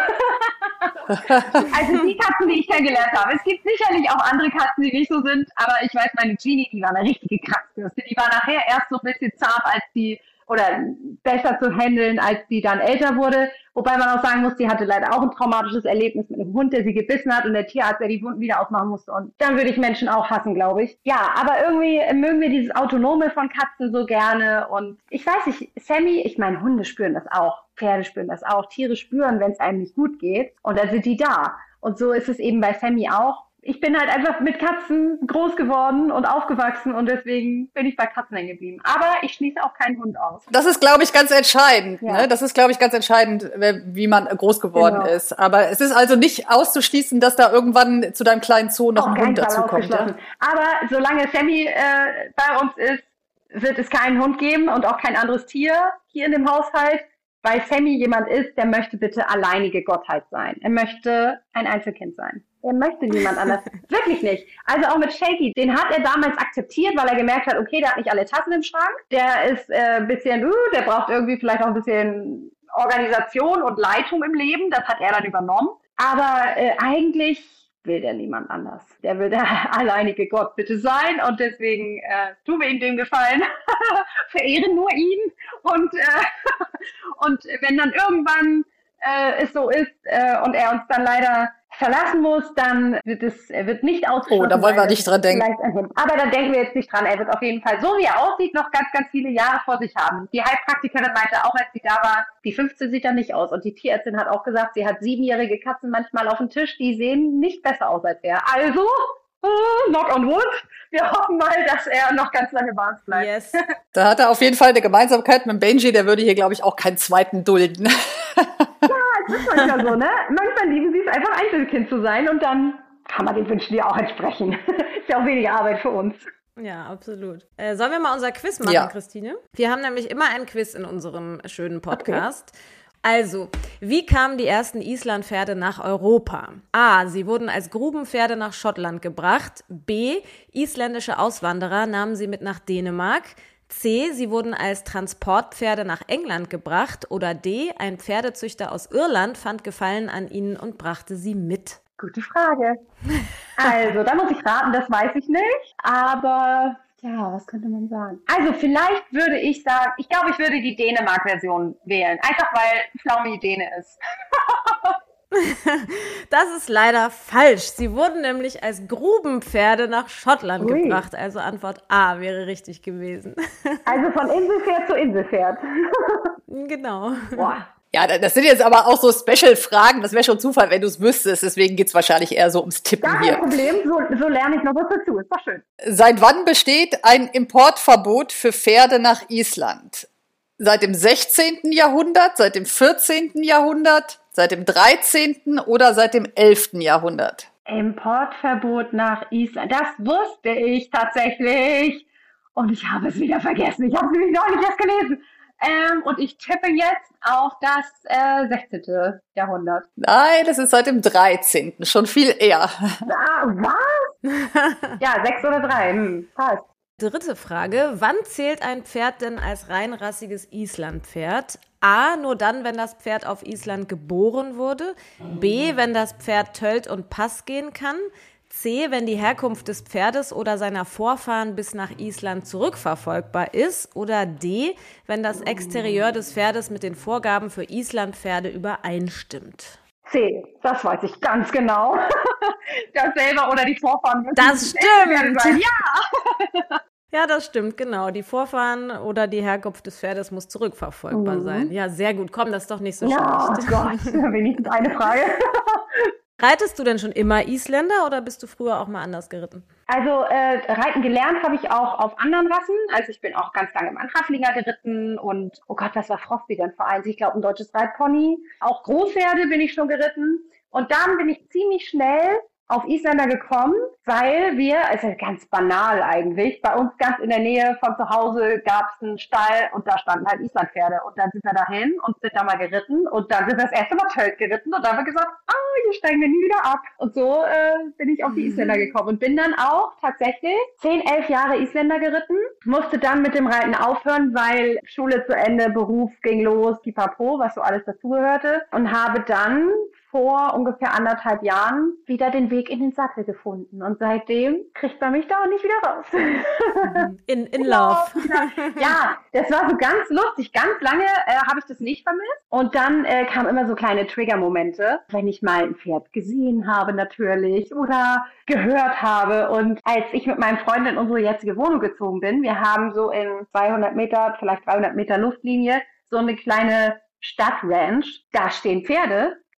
Also die Katzen, die ich kennengelernt habe. Es gibt sicherlich auch andere Katzen, die nicht so sind. Aber ich weiß, meine Genie, die war eine richtige Kratzbürste. Die war nachher erst so ein bisschen zart, als die oder besser zu handeln, als die dann älter wurde. Wobei man auch sagen muss, die hatte leider auch ein traumatisches Erlebnis mit einem Hund, der sie gebissen hat und der Tierarzt, der die Wunden wieder aufmachen musste. Und dann würde ich Menschen auch hassen, glaube ich. Ja, aber irgendwie mögen wir dieses Autonome von Katzen so gerne. Und ich weiß nicht, Sammy, ich meine, Hunde spüren das auch, Pferde spüren das auch, Tiere spüren, wenn es einem nicht gut geht. Und dann sind die da. Und so ist es eben bei Sammy auch. Ich bin halt einfach mit Katzen groß geworden und aufgewachsen und deswegen bin ich bei Katzen hängen geblieben. Aber ich schließe auch keinen Hund aus. Das ist, glaube ich, ganz entscheidend. Ja. Ne? Das ist, glaube ich, ganz entscheidend, wie man groß geworden genau. ist. Aber es ist also nicht auszuschließen, dass da irgendwann zu deinem kleinen Zoo noch ein Hund dazukommt. Ja? Aber solange Sammy äh, bei uns ist, wird es keinen Hund geben und auch kein anderes Tier hier in dem Haushalt. Weil Sammy jemand ist, der möchte bitte alleinige Gottheit sein. Er möchte ein Einzelkind sein. Er möchte niemand anders. Wirklich nicht. Also auch mit Shaky, den hat er damals akzeptiert, weil er gemerkt hat, okay, der hat nicht alle Tassen im Schrank. Der ist äh, ein bisschen, uh, der braucht irgendwie vielleicht auch ein bisschen Organisation und Leitung im Leben. Das hat er dann übernommen. Aber äh, eigentlich will der niemand anders. Der will der alleinige Gott bitte sein und deswegen äh, tun wir ihm den Gefallen, verehren nur ihn und, äh, und wenn dann irgendwann äh, es so ist äh, und er uns dann leider verlassen muss, dann wird es er wird nicht ausgeschlossen. Oh, da wollen wir nicht dran denken. Aber da denken wir jetzt nicht dran. Er wird auf jeden Fall, so wie er aussieht, noch ganz, ganz viele Jahre vor sich haben. Die Heilpraktikerin meinte auch, als sie da war, die fünfzehn sieht da nicht aus. Und die Tierärztin hat auch gesagt, sie hat siebenjährige Katzen manchmal auf dem Tisch, die sehen nicht besser aus als er. Also, uh, knock on wood, wir hoffen mal, dass er noch ganz lange bei uns bleibt. Yes. Da hat er auf jeden Fall eine Gemeinsamkeit mit Benji, der würde hier, glaube ich, auch keinen zweiten dulden. Das ist manchmal so, ne? Manchmal lieben sie es einfach, Einzelkind zu sein und dann kann man den Wünschen ja auch entsprechen. Ist ja auch weniger Arbeit für uns. Ja, absolut. Äh, sollen wir mal unser Quiz machen, ja. Christine? Wir haben nämlich immer ein Quiz in unserem schönen Podcast. Okay. Also, wie kamen die ersten Islandpferde nach Europa? A. Sie wurden als Grubenpferde nach Schottland gebracht. B. Isländische Auswanderer nahmen sie mit nach Dänemark. C. Sie wurden als Transportpferde nach England gebracht. Oder D. Ein Pferdezüchter aus Irland fand Gefallen an ihnen und brachte sie mit. Gute Frage. Also, da muss ich raten, das weiß ich nicht. Aber, ja, was könnte man sagen? Also, vielleicht würde ich sagen, ich glaube, ich würde die Dänemark-Version wählen. Einfach, weil Flaumi Däne ist. Das ist leider falsch. Sie wurden nämlich als Grubenpferde nach Schottland Ui. gebracht. Also Antwort A wäre richtig gewesen. Also von Inselpferd zu Inselpferd. Genau. Boah. Ja, das sind jetzt aber auch so Special-Fragen. Das wäre schon Zufall, wenn du es wüsstest. Deswegen geht's wahrscheinlich eher so ums Tippen Gar hier. Kein Problem, so, so lerne ich noch was dazu. Ist doch schön. Seit wann besteht ein Importverbot für Pferde nach Island? Seit dem sechzehnten Jahrhundert, seit dem vierzehnten Jahrhundert, seit dem dreizehnten oder seit dem elften Jahrhundert? Importverbot nach Island. Das wusste ich tatsächlich. Und ich habe es wieder vergessen. Ich habe es nämlich neulich erst gelesen. Ähm, und ich tippe jetzt auf das äh, sechzehnten Jahrhundert. Nein, das ist seit dem dreizehnten Schon viel eher. Ah, was? Ja, sechs oder drei. Hm, passt. Dritte Frage. Wann zählt ein Pferd denn als reinrassiges Islandpferd? A. Nur dann, wenn das Pferd auf Island geboren wurde. B. Wenn das Pferd Tölt und Pass gehen kann. C. Wenn die Herkunft des Pferdes oder seiner Vorfahren bis nach Island zurückverfolgbar ist. Oder D. Wenn das Exterieur des Pferdes mit den Vorgaben für Islandpferde übereinstimmt. C. Das weiß ich ganz genau. Das selber oder die Vorfahren müssen Das stimmt! Sein. Ja! Ja, das stimmt, genau. Die Vorfahren oder die Herkunft des Pferdes muss zurückverfolgbar mhm. sein. Ja, sehr gut. Komm, das ist doch nicht so ja, schlecht. Oh Gott, wenigstens eine Frage. Reitest du denn schon immer Isländer oder bist du früher auch mal anders geritten? Also äh, reiten gelernt habe ich auch auf anderen Rassen. Also ich bin auch ganz lange im Anhaflinger geritten und, oh Gott, was war Frosty denn für eins? Ich glaube, ein deutsches Reitpony. Auch Großpferde bin ich schon geritten. Und dann bin ich ziemlich schnell auf Isländer gekommen, weil wir, also ganz banal eigentlich, bei uns ganz in der Nähe von zu Hause gab es einen Stall und da standen halt Islandpferde und dann sind wir dahin und sind da mal geritten und dann sind wir das erste Mal Tölt geritten und dann haben wir gesagt, ah, hier steigen wir nie wieder ab. Und so äh, bin ich auf die Isländer gekommen und bin dann auch tatsächlich zehn, elf Jahre Isländer geritten, musste dann mit dem Reiten aufhören, weil Schule zu Ende, Beruf ging los, pipapo, was so alles dazugehörte und habe dann vor ungefähr anderthalb Jahren wieder den Weg in den Sattel gefunden. Und seitdem kriegt man mich da auch nicht wieder raus. In, in Love. Ja, das war so ganz lustig. Ganz lange äh, habe ich das nicht vermisst. Und dann äh, kamen immer so kleine Trigger-Momente, wenn ich mal ein Pferd gesehen habe natürlich oder gehört habe. Und als ich mit meinem Freund in unsere jetzige Wohnung gezogen bin, wir haben so in zweihundert Meter, vielleicht dreihundert Meter Luftlinie so eine kleine Stadtranch. Da stehen Pferde.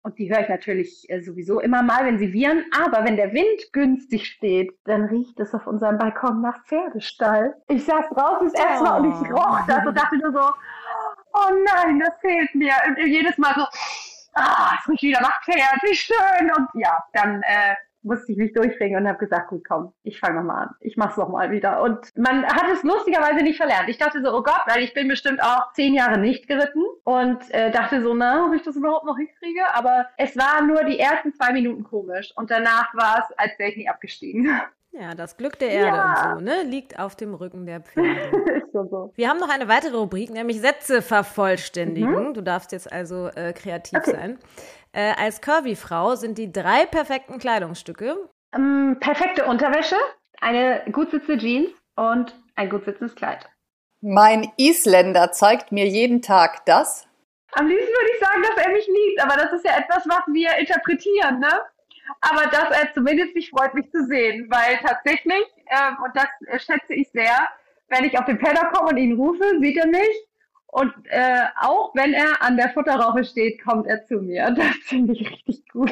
Und die höre ich natürlich äh, sowieso immer mal, wenn sie wiehern. Aber wenn der Wind günstig steht, dann riecht es auf unserem Balkon nach Pferdestall. Ich saß draußen das erste Mal und ich roch das und dachte nur so, oh nein, das fehlt mir. Und jedes Mal so, ah, es riecht wieder nach Pferd, wie schön. Und ja, dann äh, musste ich mich durchringen und habe gesagt, gut, komm, ich fange nochmal an. Ich mach's nochmal wieder. Und man hat es lustigerweise nicht verlernt. Ich dachte so, oh Gott, weil ich bin bestimmt auch zehn Jahre nicht geritten und äh, dachte so, na, ob ich das überhaupt noch hinkriege. Aber es war nur die ersten zwei Minuten komisch und danach war es, als wäre ich nie abgestiegen. Ja, das Glück der Erde ja. und so, ne, liegt auf dem Rücken der Pferde. so, so. Wir haben noch eine weitere Rubrik, nämlich Sätze vervollständigen. Mhm. Du darfst jetzt also äh, kreativ okay. sein. Äh, als Curvy-Frau sind die drei perfekten Kleidungsstücke. Ähm, perfekte Unterwäsche, eine gut sitzende Jeans und ein gut sitzendes Kleid. Mein Isländer zeigt mir jeden Tag das. Am liebsten würde ich sagen, dass er mich liebt, aber das ist ja etwas, was wir interpretieren, ne? Aber dass er zumindest sich freut, mich zu sehen, weil tatsächlich, ähm, und das äh, schätze ich sehr, wenn ich auf den Teller komme und ihn rufe, sieht er mich. Und äh, auch wenn er an der Futterraufe steht, kommt er zu mir. Das finde ich richtig gut.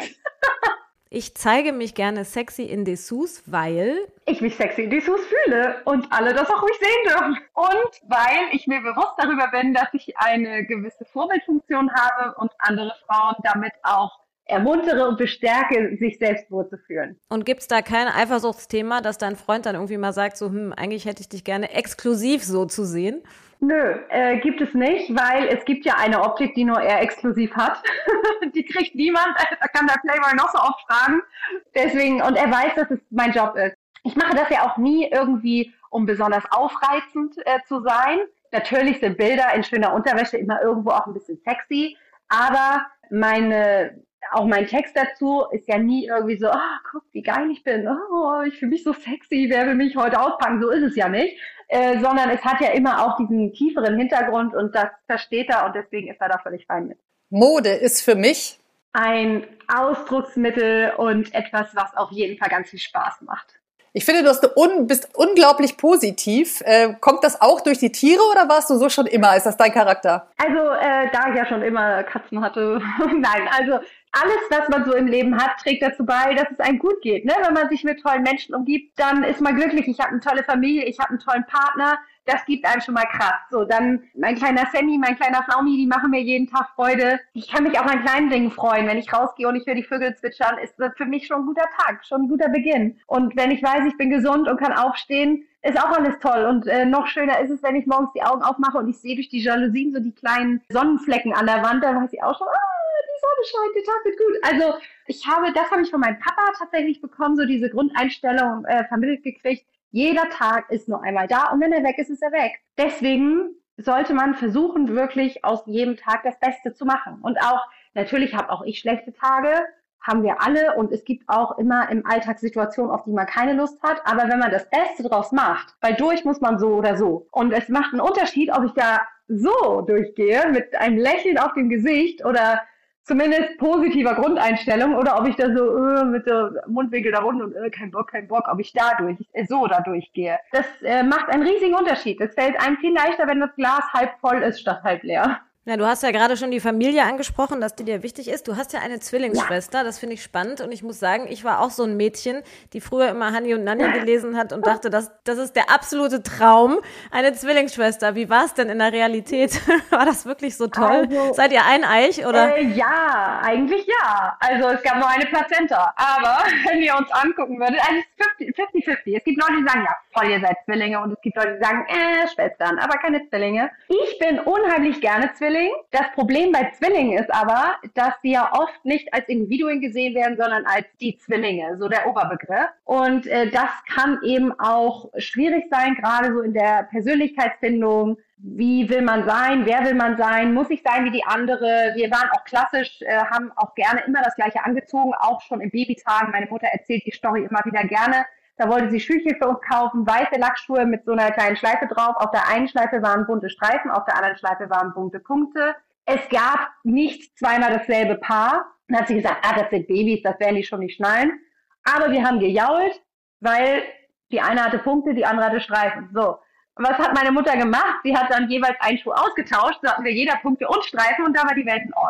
Ich zeige mich gerne sexy in Dessous, weil ich mich sexy in Dessous fühle und alle das auch ruhig sehen dürfen. Und weil ich mir bewusst darüber bin, dass ich eine gewisse Vorbildfunktion habe und andere Frauen damit auch ermuntere und bestärke, sich selbst wohlzufühlen. Und gibt's da kein Eifersuchtsthema, dass dein Freund dann irgendwie mal sagt, so, hm, eigentlich hätte ich dich gerne exklusiv so zu sehen? Nö, äh, gibt es nicht, weil es gibt ja eine Optik, die nur er exklusiv hat. Die kriegt niemand, da kann der Playboy noch so oft fragen. Deswegen, und er weiß, dass es mein Job ist. Ich mache das ja auch nie irgendwie, um besonders aufreizend äh, zu sein. Natürlich sind Bilder in schöner Unterwäsche immer irgendwo auch ein bisschen sexy, aber meine auch mein Text dazu ist ja nie irgendwie so, oh, guck, wie geil ich bin, oh, ich fühle mich so sexy, wer will mich heute auspacken, so ist es ja nicht, äh, sondern es hat ja immer auch diesen tieferen Hintergrund und das versteht er und deswegen ist er da völlig fein mit. Mode ist für mich ein Ausdrucksmittel und etwas, was auf jeden Fall ganz viel Spaß macht. Ich finde, du hast eine un- bist unglaublich positiv. Äh, kommt das auch durch die Tiere oder warst du so schon immer? Ist das dein Charakter? Also, äh, da ich ja schon immer Katzen hatte, nein, also alles, was man so im Leben hat, trägt dazu bei, dass es einem gut geht. Ne? Wenn man sich mit tollen Menschen umgibt, dann ist man glücklich. Ich habe eine tolle Familie, ich habe einen tollen Partner. Das gibt einem schon mal Kraft. So, dann mein kleiner Sammy, mein kleiner Flaumi, die machen mir jeden Tag Freude. Ich kann mich auch an kleinen Dingen freuen. Wenn ich rausgehe und ich höre die Vögel zwitschern, ist das für mich schon ein guter Tag, schon ein guter Beginn. Und wenn ich weiß, ich bin gesund und kann aufstehen, ist auch alles toll. Und äh, noch schöner ist es, wenn ich morgens die Augen aufmache und ich sehe durch die Jalousien so die kleinen Sonnenflecken an der Wand. Da weiß ich auch schon, ah, die Sonne scheint, der Tag wird gut. Also ich habe, das habe ich von meinem Papa tatsächlich bekommen, so diese Grundeinstellung äh, vermittelt gekriegt. Jeder Tag ist nur einmal da und wenn er weg ist, ist er weg. Deswegen sollte man versuchen, wirklich aus jedem Tag das Beste zu machen. Und auch, natürlich habe auch ich schlechte Tage, haben wir alle und es gibt auch immer im Alltag Situationen, auf die man keine Lust hat. Aber wenn man das Beste draus macht, weil durch muss man so oder so. Und es macht einen Unterschied, ob ich da so durchgehe, mit einem Lächeln auf dem Gesicht oder zumindest positiver Grundeinstellung oder ob ich da so äh, mit der Mundwinkel da unten und äh, kein Bock, kein Bock, ob ich da durch, äh, so da durchgehe. Das äh, macht einen riesigen Unterschied. Es fällt einem viel leichter, wenn das Glas halb voll ist statt halb leer. Ja, du hast ja gerade schon die Familie angesprochen, dass die dir wichtig ist. Du hast ja eine Zwillingsschwester, ja. Das finde ich spannend. Und ich muss sagen, ich war auch so ein Mädchen, die früher immer Hanni und Nanni gelesen hat und dachte, das, das ist der absolute Traum, eine Zwillingsschwester. Wie war es denn in der Realität? War das wirklich so toll? Also, seid ihr ein Eich, oder? Äh, ja, eigentlich ja. Also es gab nur eine Plazenta. Aber wenn ihr uns angucken würdet, also fünfzig fünfzig. Es gibt Leute, die sagen, ja, voll, ihr seid Zwillinge. Und es gibt Leute, die sagen, äh, Schwestern, aber keine Zwillinge. Ich bin unheimlich gerne Zwilling. Das Problem bei Zwillingen ist aber, dass sie ja oft nicht als Individuen gesehen werden, sondern als die Zwillinge, so der Oberbegriff. Und äh, das kann eben auch schwierig sein, gerade so in der Persönlichkeitsfindung. Wie will man sein? Wer will man sein? Muss ich sein wie die andere? Wir waren auch klassisch, äh, haben auch gerne immer das Gleiche angezogen, auch schon in Babytagen. Meine Mutter erzählt die Story immer wieder gerne. Da wollte sie Schüchchen für uns kaufen, weiße Lackschuhe mit so einer kleinen Schleife drauf. Auf der einen Schleife waren bunte Streifen, auf der anderen Schleife waren bunte Punkte. Es gab nicht zweimal dasselbe Paar. Dann hat sie gesagt, ah, das sind Babys, das werden die schon nicht schnallen. Aber wir haben gejault, weil die eine hatte Punkte, die andere hatte Streifen. So. Und was hat meine Mutter gemacht? Sie hat dann jeweils einen Schuh ausgetauscht, so hatten wir jeder Punkte und Streifen und da war die Welt in Ordnung.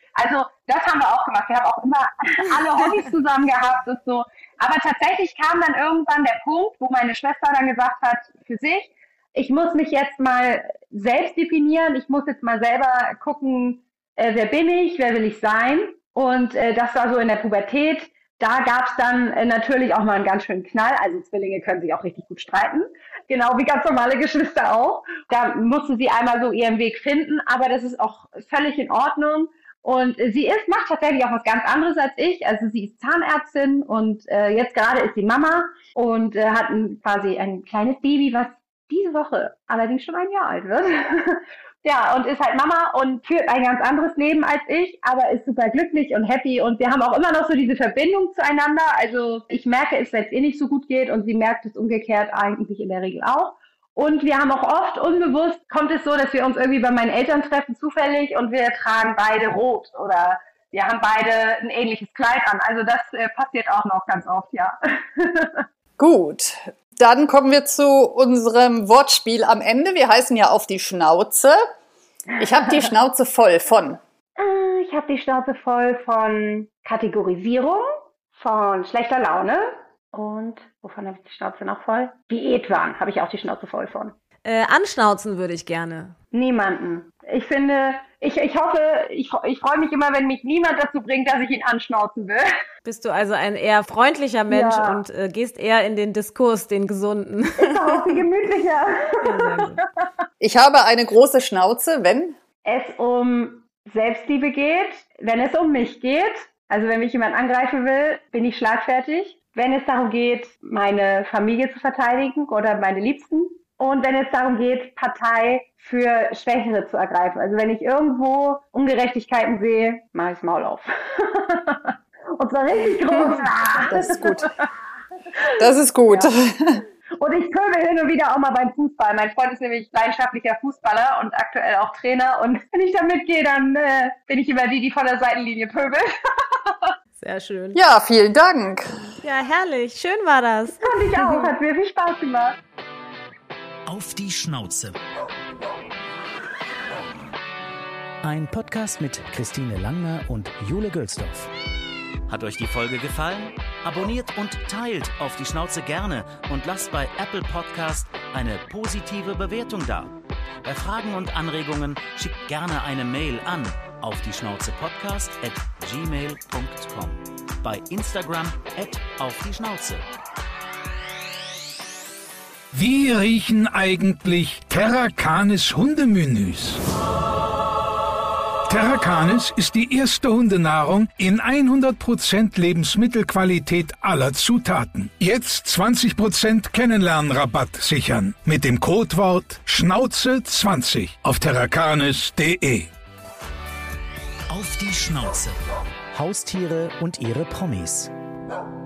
Also das haben wir auch gemacht. Wir haben auch immer alle Hobbys zusammen gehabt und so. Aber tatsächlich kam dann irgendwann der Punkt, wo meine Schwester dann gesagt hat, für sich, ich muss mich jetzt mal selbst definieren, ich muss jetzt mal selber gucken, äh, wer bin ich, wer will ich sein. Und äh, das war so in der Pubertät. Da gab es dann äh, natürlich auch mal einen ganz schönen Knall. Also Zwillinge können sich auch richtig gut streiten. Genau wie ganz normale Geschwister auch. Da musste sie einmal so ihren Weg finden. Aber das ist auch völlig in Ordnung. Und äh, sie ist, macht tatsächlich auch was ganz anderes als ich. Also sie ist Zahnärztin und äh, jetzt gerade ist sie Mama und äh, hat ein, quasi ein kleines Baby, was diese Woche allerdings schon ein Jahr alt wird. Ja, und ist halt Mama und führt ein ganz anderes Leben als ich, aber ist super glücklich und happy und wir haben auch immer noch so diese Verbindung zueinander. Also ich merke es, wenn es ihr nicht so gut geht und sie merkt es umgekehrt eigentlich in der Regel auch. Und wir haben auch oft unbewusst, kommt es so, dass wir uns irgendwie bei meinen Eltern treffen, zufällig, und wir tragen beide rot oder wir haben beide ein ähnliches Kleid an. Also das äh, passiert auch noch ganz oft, ja. Gut. Dann kommen wir zu unserem Wortspiel am Ende. Wir heißen ja auf die Schnauze. Ich habe die Schnauze voll von. Ich habe die Schnauze voll von Kategorisierung, von schlechter Laune und wovon habe ich die Schnauze noch voll? Diätwahn habe ich auch die Schnauze voll von. Äh, anschnauzen würde ich gerne. Niemanden. Ich finde, ich, ich hoffe, ich, ich freue mich immer, wenn mich niemand dazu bringt, dass ich ihn anschnauzen will. Bist du also ein eher freundlicher Mensch ja. und äh, gehst eher in den Diskurs, den gesunden? Ist doch auch viel gemütlicher. Ja, ich habe eine große Schnauze, wenn es um Selbstliebe geht, wenn es um mich geht. Also wenn mich jemand angreifen will, bin ich schlagfertig. Wenn es darum geht, meine Familie zu verteidigen oder meine Liebsten. Und wenn es darum geht, Partei für Schwächere zu ergreifen. Also wenn ich irgendwo Ungerechtigkeiten sehe, mache ich das Maul auf. Und zwar richtig groß. Das ist gut. Das ist gut. Ja. Und ich pöbel hin und wieder auch mal beim Fußball. Mein Freund ist nämlich leidenschaftlicher Fußballer und aktuell auch Trainer. Und wenn ich da mitgehe, dann äh, bin ich immer die, die von der Seitenlinie pöbelt. Sehr schön. Ja, vielen Dank. Ja, herrlich. Schön war das. Fand ich auch. Hat mir viel Spaß gemacht. Auf die Schnauze. Ein Podcast mit Christine Langner und Jule Gülsdorf. Hat euch die Folge gefallen? Abonniert und teilt Auf die Schnauze gerne und lasst bei Apple Podcast eine positive Bewertung da. Bei Fragen und Anregungen schickt gerne eine Mail an auf die Schnauze podcast at gmail punkt com. Bei Instagram at auf die Schnauze. Wie riechen eigentlich Terra Canis Hundemenüs? Terra Canis ist die erste Hundenahrung in hundert Prozent Lebensmittelqualität aller Zutaten. Jetzt zwanzig Prozent Kennenlernrabatt sichern mit dem Codewort Schnauze zwanzig auf terracanis punkt de. Auf die Schnauze. Haustiere und ihre Promis.